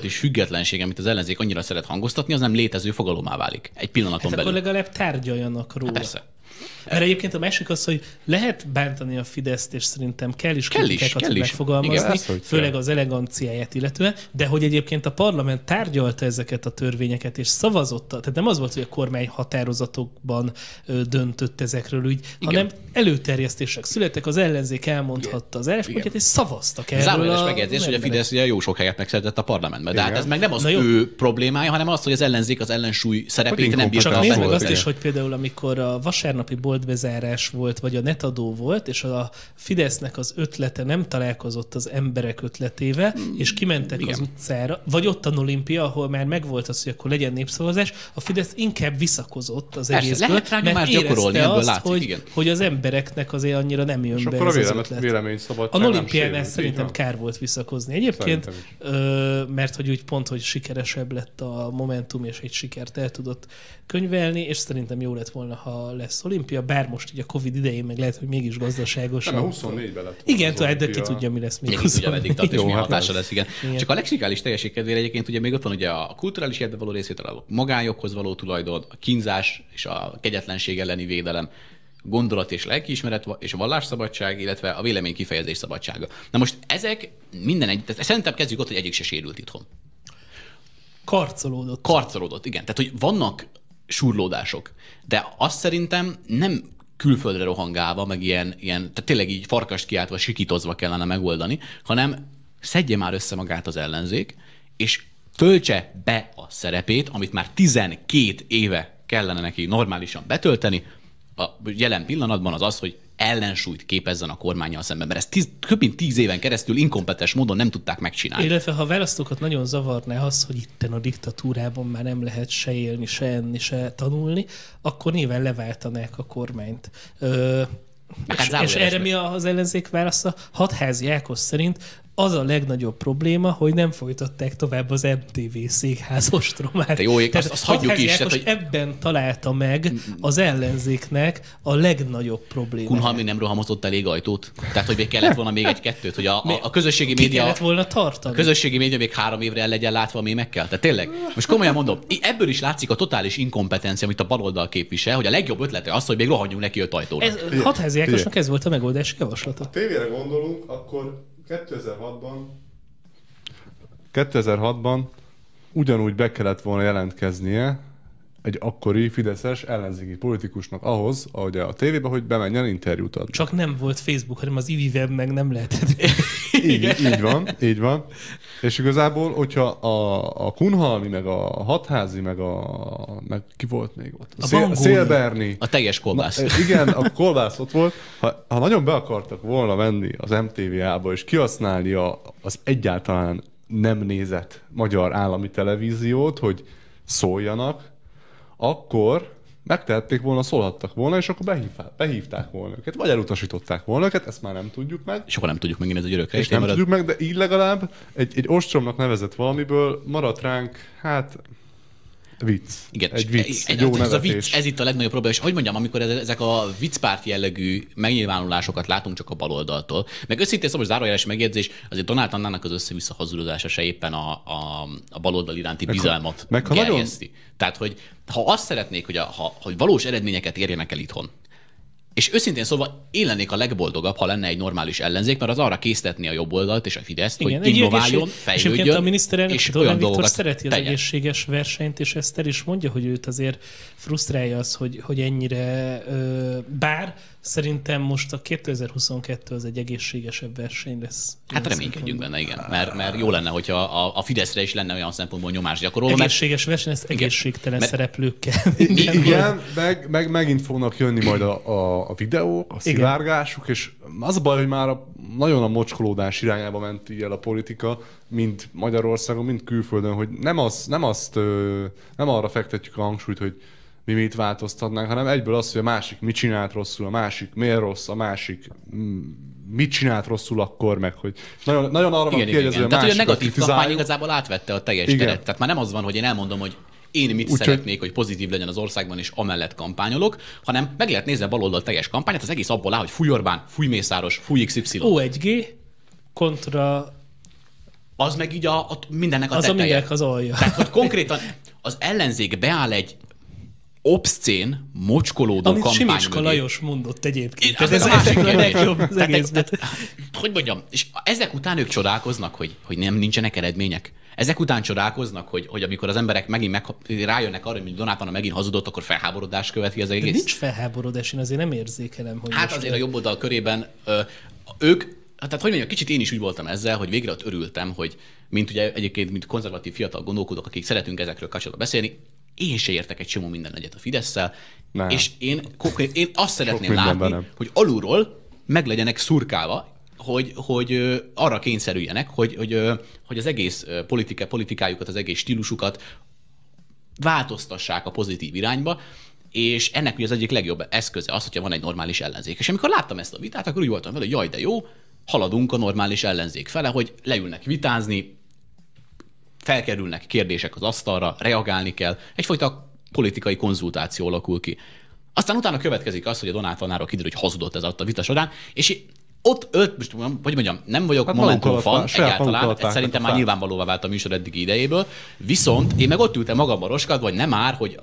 amit az ellenzék annyira szeret hangoztatni, az nem létező fogalomá válik. Egy pillanaton Hát akkor belül. legalább tárgyaljanak róla. Persze. Mert egyébként a másik az, hogy lehet bántani a Fideszt, és szerintem kell is kritikákat kell is. megfogalmazni, Igen, persze, hogy főleg kell. az eleganciáját illetően, de hogy egyébként a parlament tárgyalta ezeket a törvényeket, és szavazott, tehát nem az volt, hogy a kormány határozatokban döntött ezekről úgy, hanem előterjesztések születtek, az ellenzék elmondhatta az álláspontját, és szavaztak erről. Zárójeles a megjegyzés, hogy a emberek. Fidesz ugye jó sok helyet megszerzett a parlamentben. De hát Igen. ez meg nem az Na jó. ő problémája, hanem az, hogy az ellenzék az ellensúly szerepét nem bírta Csak Csak nézd meg volt, azt is, igen. hogy például amikor a vasárnapi boltbezárás volt, vagy a netadó volt, és a Fidesznek az ötlete nem találkozott az emberek ötletével, és kimentek igen. az utcára, vagy ott a Olimpia, ahol már megvolt az, hogy akkor legyen népszavazás, a Fidesz inkább visszakozott az Persze, egészből, lehet rá mert nyomást gyakorolni, érezte ebből azt, látszik, hogy, igen. hogy az embereknek azért annyira nem jön És be akkor a ez az ötlet. véleményszabadság A nem olimpiánál sérült, szerintem így van. kár volt visszakozni. Egyébként, Szerintem mert hogy úgy pont, hogy sikeresebb lett a Momentum, és egy sikert el tudott könyvelni, és szerintem jó lett volna, ha lesz olimpia, bár most így a Covid idején meg lehet, hogy mégis gazdaságos. Nem, 24-ben lett. Igen, az de ki olimpia. tudja, mi lesz még. Mindenki tudja, meddig tart, és Jó, mi hát hatása ez. lesz, igen. Igen. Csak a lexikális teljesség kedvére egyébként ugye még ott van ugye a kulturális életbe való részvétel, a magánjoghoz való tulajdon, a kínzás és a kegyetlenség elleni védelem, gondolat és lelkiismeret és a vallásszabadság, illetve a vélemény kifejezés szabadsága. Na most ezek tehát szerintem kezdjük ott, hogy egyik se sérült itthon. Karcolódott. Karcolódott, igen. Tehát, hogy vannak surlódások, de azt szerintem nem külföldre rohangálva, meg ilyen tehát tényleg így farkast kiáltva, sikítozva kellene megoldani, hanem szedje már össze magát az ellenzék, és töltse be a szerepét, amit már 12 éve kellene neki normálisan betölteni, a jelen pillanatban az, hogy ellensúlyt képezzen a kormánnyal szemben, mert ezt több mint 10 éven keresztül inkompetens módon nem tudták megcsinálni. Illetve ha a választókat nagyon zavarná az, hogy itten a diktatúrában már nem lehet se élni, se enni, se tanulni, akkor nyilván leváltanák a kormányt. És erre mi az ellenzék válasza? Hatházi Ákos szerint az a legnagyobb probléma, hogy nem folytatták tovább az MTV székház ostromát. Jó, azt hagyjuk is. Tehát, hogy ebben találta meg az ellenzéknek a legnagyobb problémát. Kunhalmi nem rohamozott elég ajtót. Tehát, hogy még kellett volna még egy-kettőt, hogy a közösségi média... kellett volna tartani? A közösségi média még 3 évre el legyen látva a mémekkel. Tehát tényleg, most komolyan mondom, ebből is látszik a totális inkompetencia, amit a baloldal képvisel, hogy a legjobb ötlete az, hogy még rohanjunk neki 5 ajtónak. Hatházi Ákosnak ez volt a megoldási javaslata. Ha tévére gondolunk, akkor 2006-ban ugyanúgy be kellett volna jelentkeznie egy akkori fideszes ellenzéki politikusnak ahhoz, ahogy a tévében, hogy bemenjen interjút adni. Csak nem volt Facebook, hanem az IVIVEM meg nem lehetett. Így van. És igazából, hogyha a Kunhalmi, meg a Hatházi, meg ki volt még ott? A Szélberni. A teljes kolbász. Igen, a kolbász ott volt. Ha nagyon be akartak volna venni az MTV-ába, és kihasználni az egyáltalán nem nézett magyar állami televíziót, hogy szóljanak, akkor megtehették volna, szólhattak volna, és akkor behívták volna őket, vagy elutasították volna őket, ezt már nem tudjuk meg. Soha nem tudjuk megint ez a györökre. És nem tudjuk meg, de így legalább egy ostromnak nevezett valamiből maradt ránk, hát vicc. Igen, egy vicc, egy jó ez a vicc, ez itt a legnagyobb probléma. És hogy mondjam, amikor ezek a viccpárt jellegű megnyilvánulásokat látunk csak a baloldaltól, meg őszintén szóval zárójeles megjegyzés, azért Donát Annának az össze-vissza hazudozása se éppen a baloldal iránti bizalmat gerjeszti. Tehát, hogy ha azt szeretnék, hogy valós eredményeket érjenek el itthon, és őszintén szóval én lennék a legboldogabb, ha lenne egy normális ellenzék, mert az arra késztetni a jobb oldalt és a Fideszt, igen, hogy innováljon, fejlődjön, a miniszterelnök és olyan dolgokat szereti az egészséges versenyt, és ezt el is mondja, hogy őt azért frusztrálja az, hogy ennyire bár szerintem most a 2022 az egy egészségesebb verseny lesz. Hát reménykedjünk benne, igen. Mert jó lenne, hogyha a Fideszre is lenne olyan szempontból nyomás gyakorolva. Egészséges verseny, ezt egészségtelen szereplőkkel. Igen, meg megint fognak jönni majd a videók, a szivárgásuk, és az a baj, hogy már nagyon a mocskolódás irányába ment így el a politika, mind Magyarországon, mind külföldön, hogy nem arra fektetjük a hangsúlyt, hogy mi mit változtatnánk, hanem egyből az, hogy a másik mit csinált rosszul, a másik miért rossz, a másik mit csinált rosszul akkor, meg hogy nagyon arra van kiegyezve, hogy a tehát, hogy a negatív kritizáljuk. kampány igazából átvette a teljes teret. Tehát már nem az van, hogy én elmondom, hogy én mit szeretnék, hogy pozitív legyen az országban, és amellett kampányolok, hanem meg lehet nézni a baloldal teljes kampányát, az egész abból áll, hogy fúj Orbán, fúj Mészáros, fúj XY. O1G kontra... Az meg így mindennek a az teteje. Az mindenek az alja. Tehát, hogy konkrétan az ellenzék beáll egy obszcén, mocskolódó kampány kampány Simicska mögé. Lajos mondott egyébként. Ez a másik legjobb az egészben. Hogy mondjam, és ezek után ők csodálkoznak, hogy nem nincsenek eredmények. Ezek után csodálkoznak, hogy amikor az emberek megint rájönnek arra, hogy Donát Anna megint hazudott, akkor felháborodás követi az egész. De nincs felháborodás, én azért nem érzékelem, hogy hát azért a jobb oldal körében ők, tehát hogy mondjam, kicsit én is úgy voltam ezzel, hogy végre ott örültem, hogy mint konzervatív fiatal gondolkodók, akik szeretünk ezekről kapcsolatban beszélni, én se értek egy csomó minden egyet a Fidesszel, és én azt szeretném látni, hogy alulról meg legyenek szurkálva, hogy arra kényszerüljenek, hogy az egész politikájukat, az egész stílusukat változtassák a pozitív irányba, és ennek ugye az egyik legjobb eszköze az, hogyha van egy normális ellenzék. És amikor láttam ezt a vitát, akkor úgy voltam vele, hogy jaj, de jó, haladunk a normális ellenzék fele, hogy leülnek vitázni, felkerülnek kérdések az asztalra, reagálni kell, egyfajta politikai konzultáció alakul ki. Aztán utána következik az, hogy a Donát Annáról kiderül, hogy hazudott ez alatt a vita során, és ott most, hogy mondjam, nem vagyok Momentum fan egyáltalán, ez szerintem már nyilvánvalóvá vált a műsor eddigi idejéből, viszont én meg ott ültem magamba roskad, vagy nem már, hogy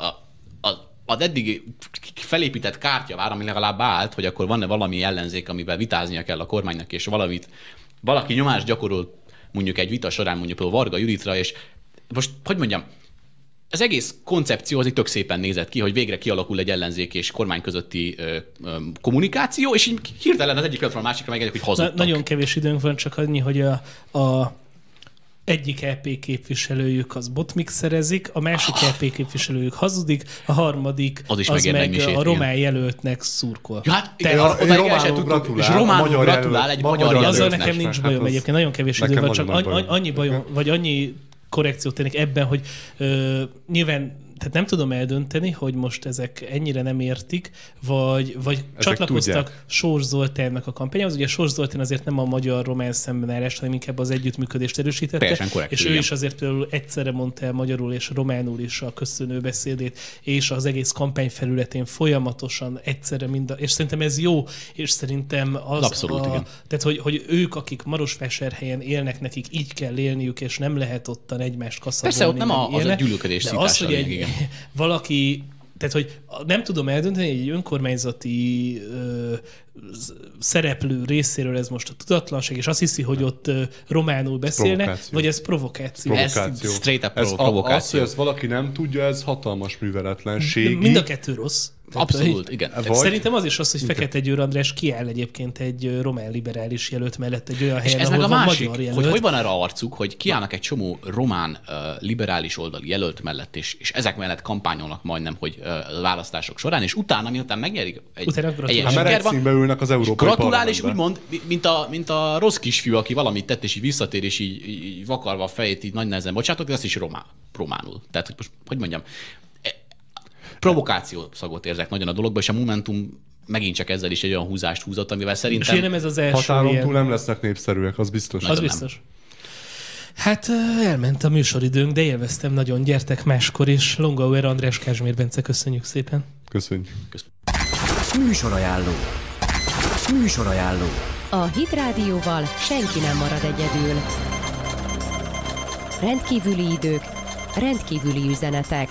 az eddigi felépített kártyavár, ami legalább állt, hogy akkor van-e valami ellenzék, amivel vitáznia kell a kormánynak, és valaki nyomást gyakorol mondjuk egy vita során, mondjuk például Varga Juditra, és most, hogy mondjam, az egész koncepció az így tök szépen nézett ki, hogy végre kialakul egy ellenzék és kormány közötti kommunikáció, és így hirtelen az egyik pillanatról a másikra megengedjük, hogy hazudtak. Nagyon kevés időnk van, csak annyi, hogy egyik EP képviselőjük az botmixerezik, a másik EP képviselőjük hazudik, a harmadik az meg a román jelöltnek szurkol. Ja, hát és románul gratulál egy magyar jelöltnek. Azzal nekem nincs bajom egyébként, nagyon kevés idő van, csak annyi bajom, vagy annyi korrekciót tennék ebben, hogy nyilván tehát nem tudom eldönteni, hogy most ezek ennyire nem értik, vagy csatlakoztak tudják. Sors Zoltánnak a kampányához. Ugye Sors Zoltán azért nem a magyar-román szembenállást, hanem inkább az együttműködést erősítette. És ő is azért például egyszerre mondta el magyarul és románul is a köszönő beszédét, és az egész kampány felületén folyamatosan egyszerre és szerintem ez jó, és szerintem az abszolút, igen. Tehát, hogy ők, akik Marosvásárhelyen élnek, nekik így kell élniük, és nem lehet ottan egymást kaszabolni. Persze, ott nem az a gyűlölködés szítása. Valaki, tehát hogy nem tudom eldönteni, hogy egy önkormányzati szereplő részéről ez most a tudatlanság, és azt hiszi, hogy ott románul beszélnek, vagy ez provokáció. Ez straight up provokáció. Az, hogy ezt valaki nem tudja, ez hatalmas műveletlenség. Mind a kettő rossz. Abszolút, igen. Szerintem az is az, hogy Fekete Győr András kiáll egyébként egy román liberális jelölt mellett egy olyan helyen, ahol van magyar jelölt. Hogy van erre arcuk, hogy kiállnak egy csomó román liberális oldali jelölt mellett, és ezek mellett kampányolnak majdnem, hogy választások során, és utána, miután megnyerik egy sikerben, ülnek az európai gratulál, és úgymond, mint a rossz kisfiú, aki valamit tett, és így visszatér, és így vakarva a fejét, így nagy nehezen bocsátok, de azt is románul. Tehát, hogy most, hogy mondjam, provokáció szagot érzek nagyon a dologban, és a Momentum megint csak ezzel is egy olyan húzást húzott, amivel szerintem... És nem ez az első határon túl nem lesznek népszerűek, az biztos. Az biztos. Hát elment a műsoridőnk, de élveztem nagyon. Gyertek máskor is. Longauer András, Kázsmér Bence, köszönjük szépen. Köszönjük. Műsorajánló. A Hit Rádióval senki nem marad egyedül. Rendkívüli idők, rendkívüli üzenetek.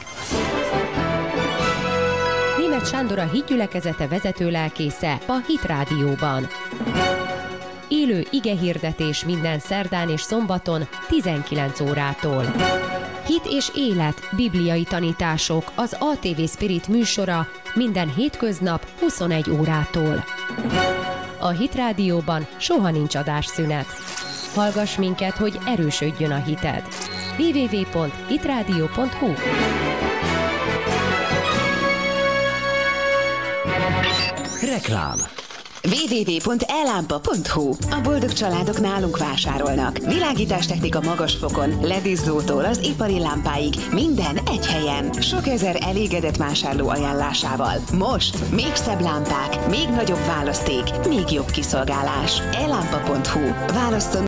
Németh Sándor a Hitgyülekezete vezető lelkésze a Hit Rádióban. Élő igehirdetés minden szerdán és szombaton 19 órától. Hit és élet, bibliai tanítások, az ATV Spirit műsora minden hétköznap 21 órától. A Hit Rádióban soha nincs adásszünet. Hallgass minket, hogy erősödjön a hited. www.hitradio.hu Reklám. www.elampa.hu. A boldog családok nálunk vásárolnak. Világítástechnika magas fokon, LED-izzótól az ipari lámpáig, minden egy helyen. Sok ezer elégedett vásárló ajánlásával. Most még szebb lámpák, még nagyobb választék, még jobb kiszolgálás. elampa.hu. Választon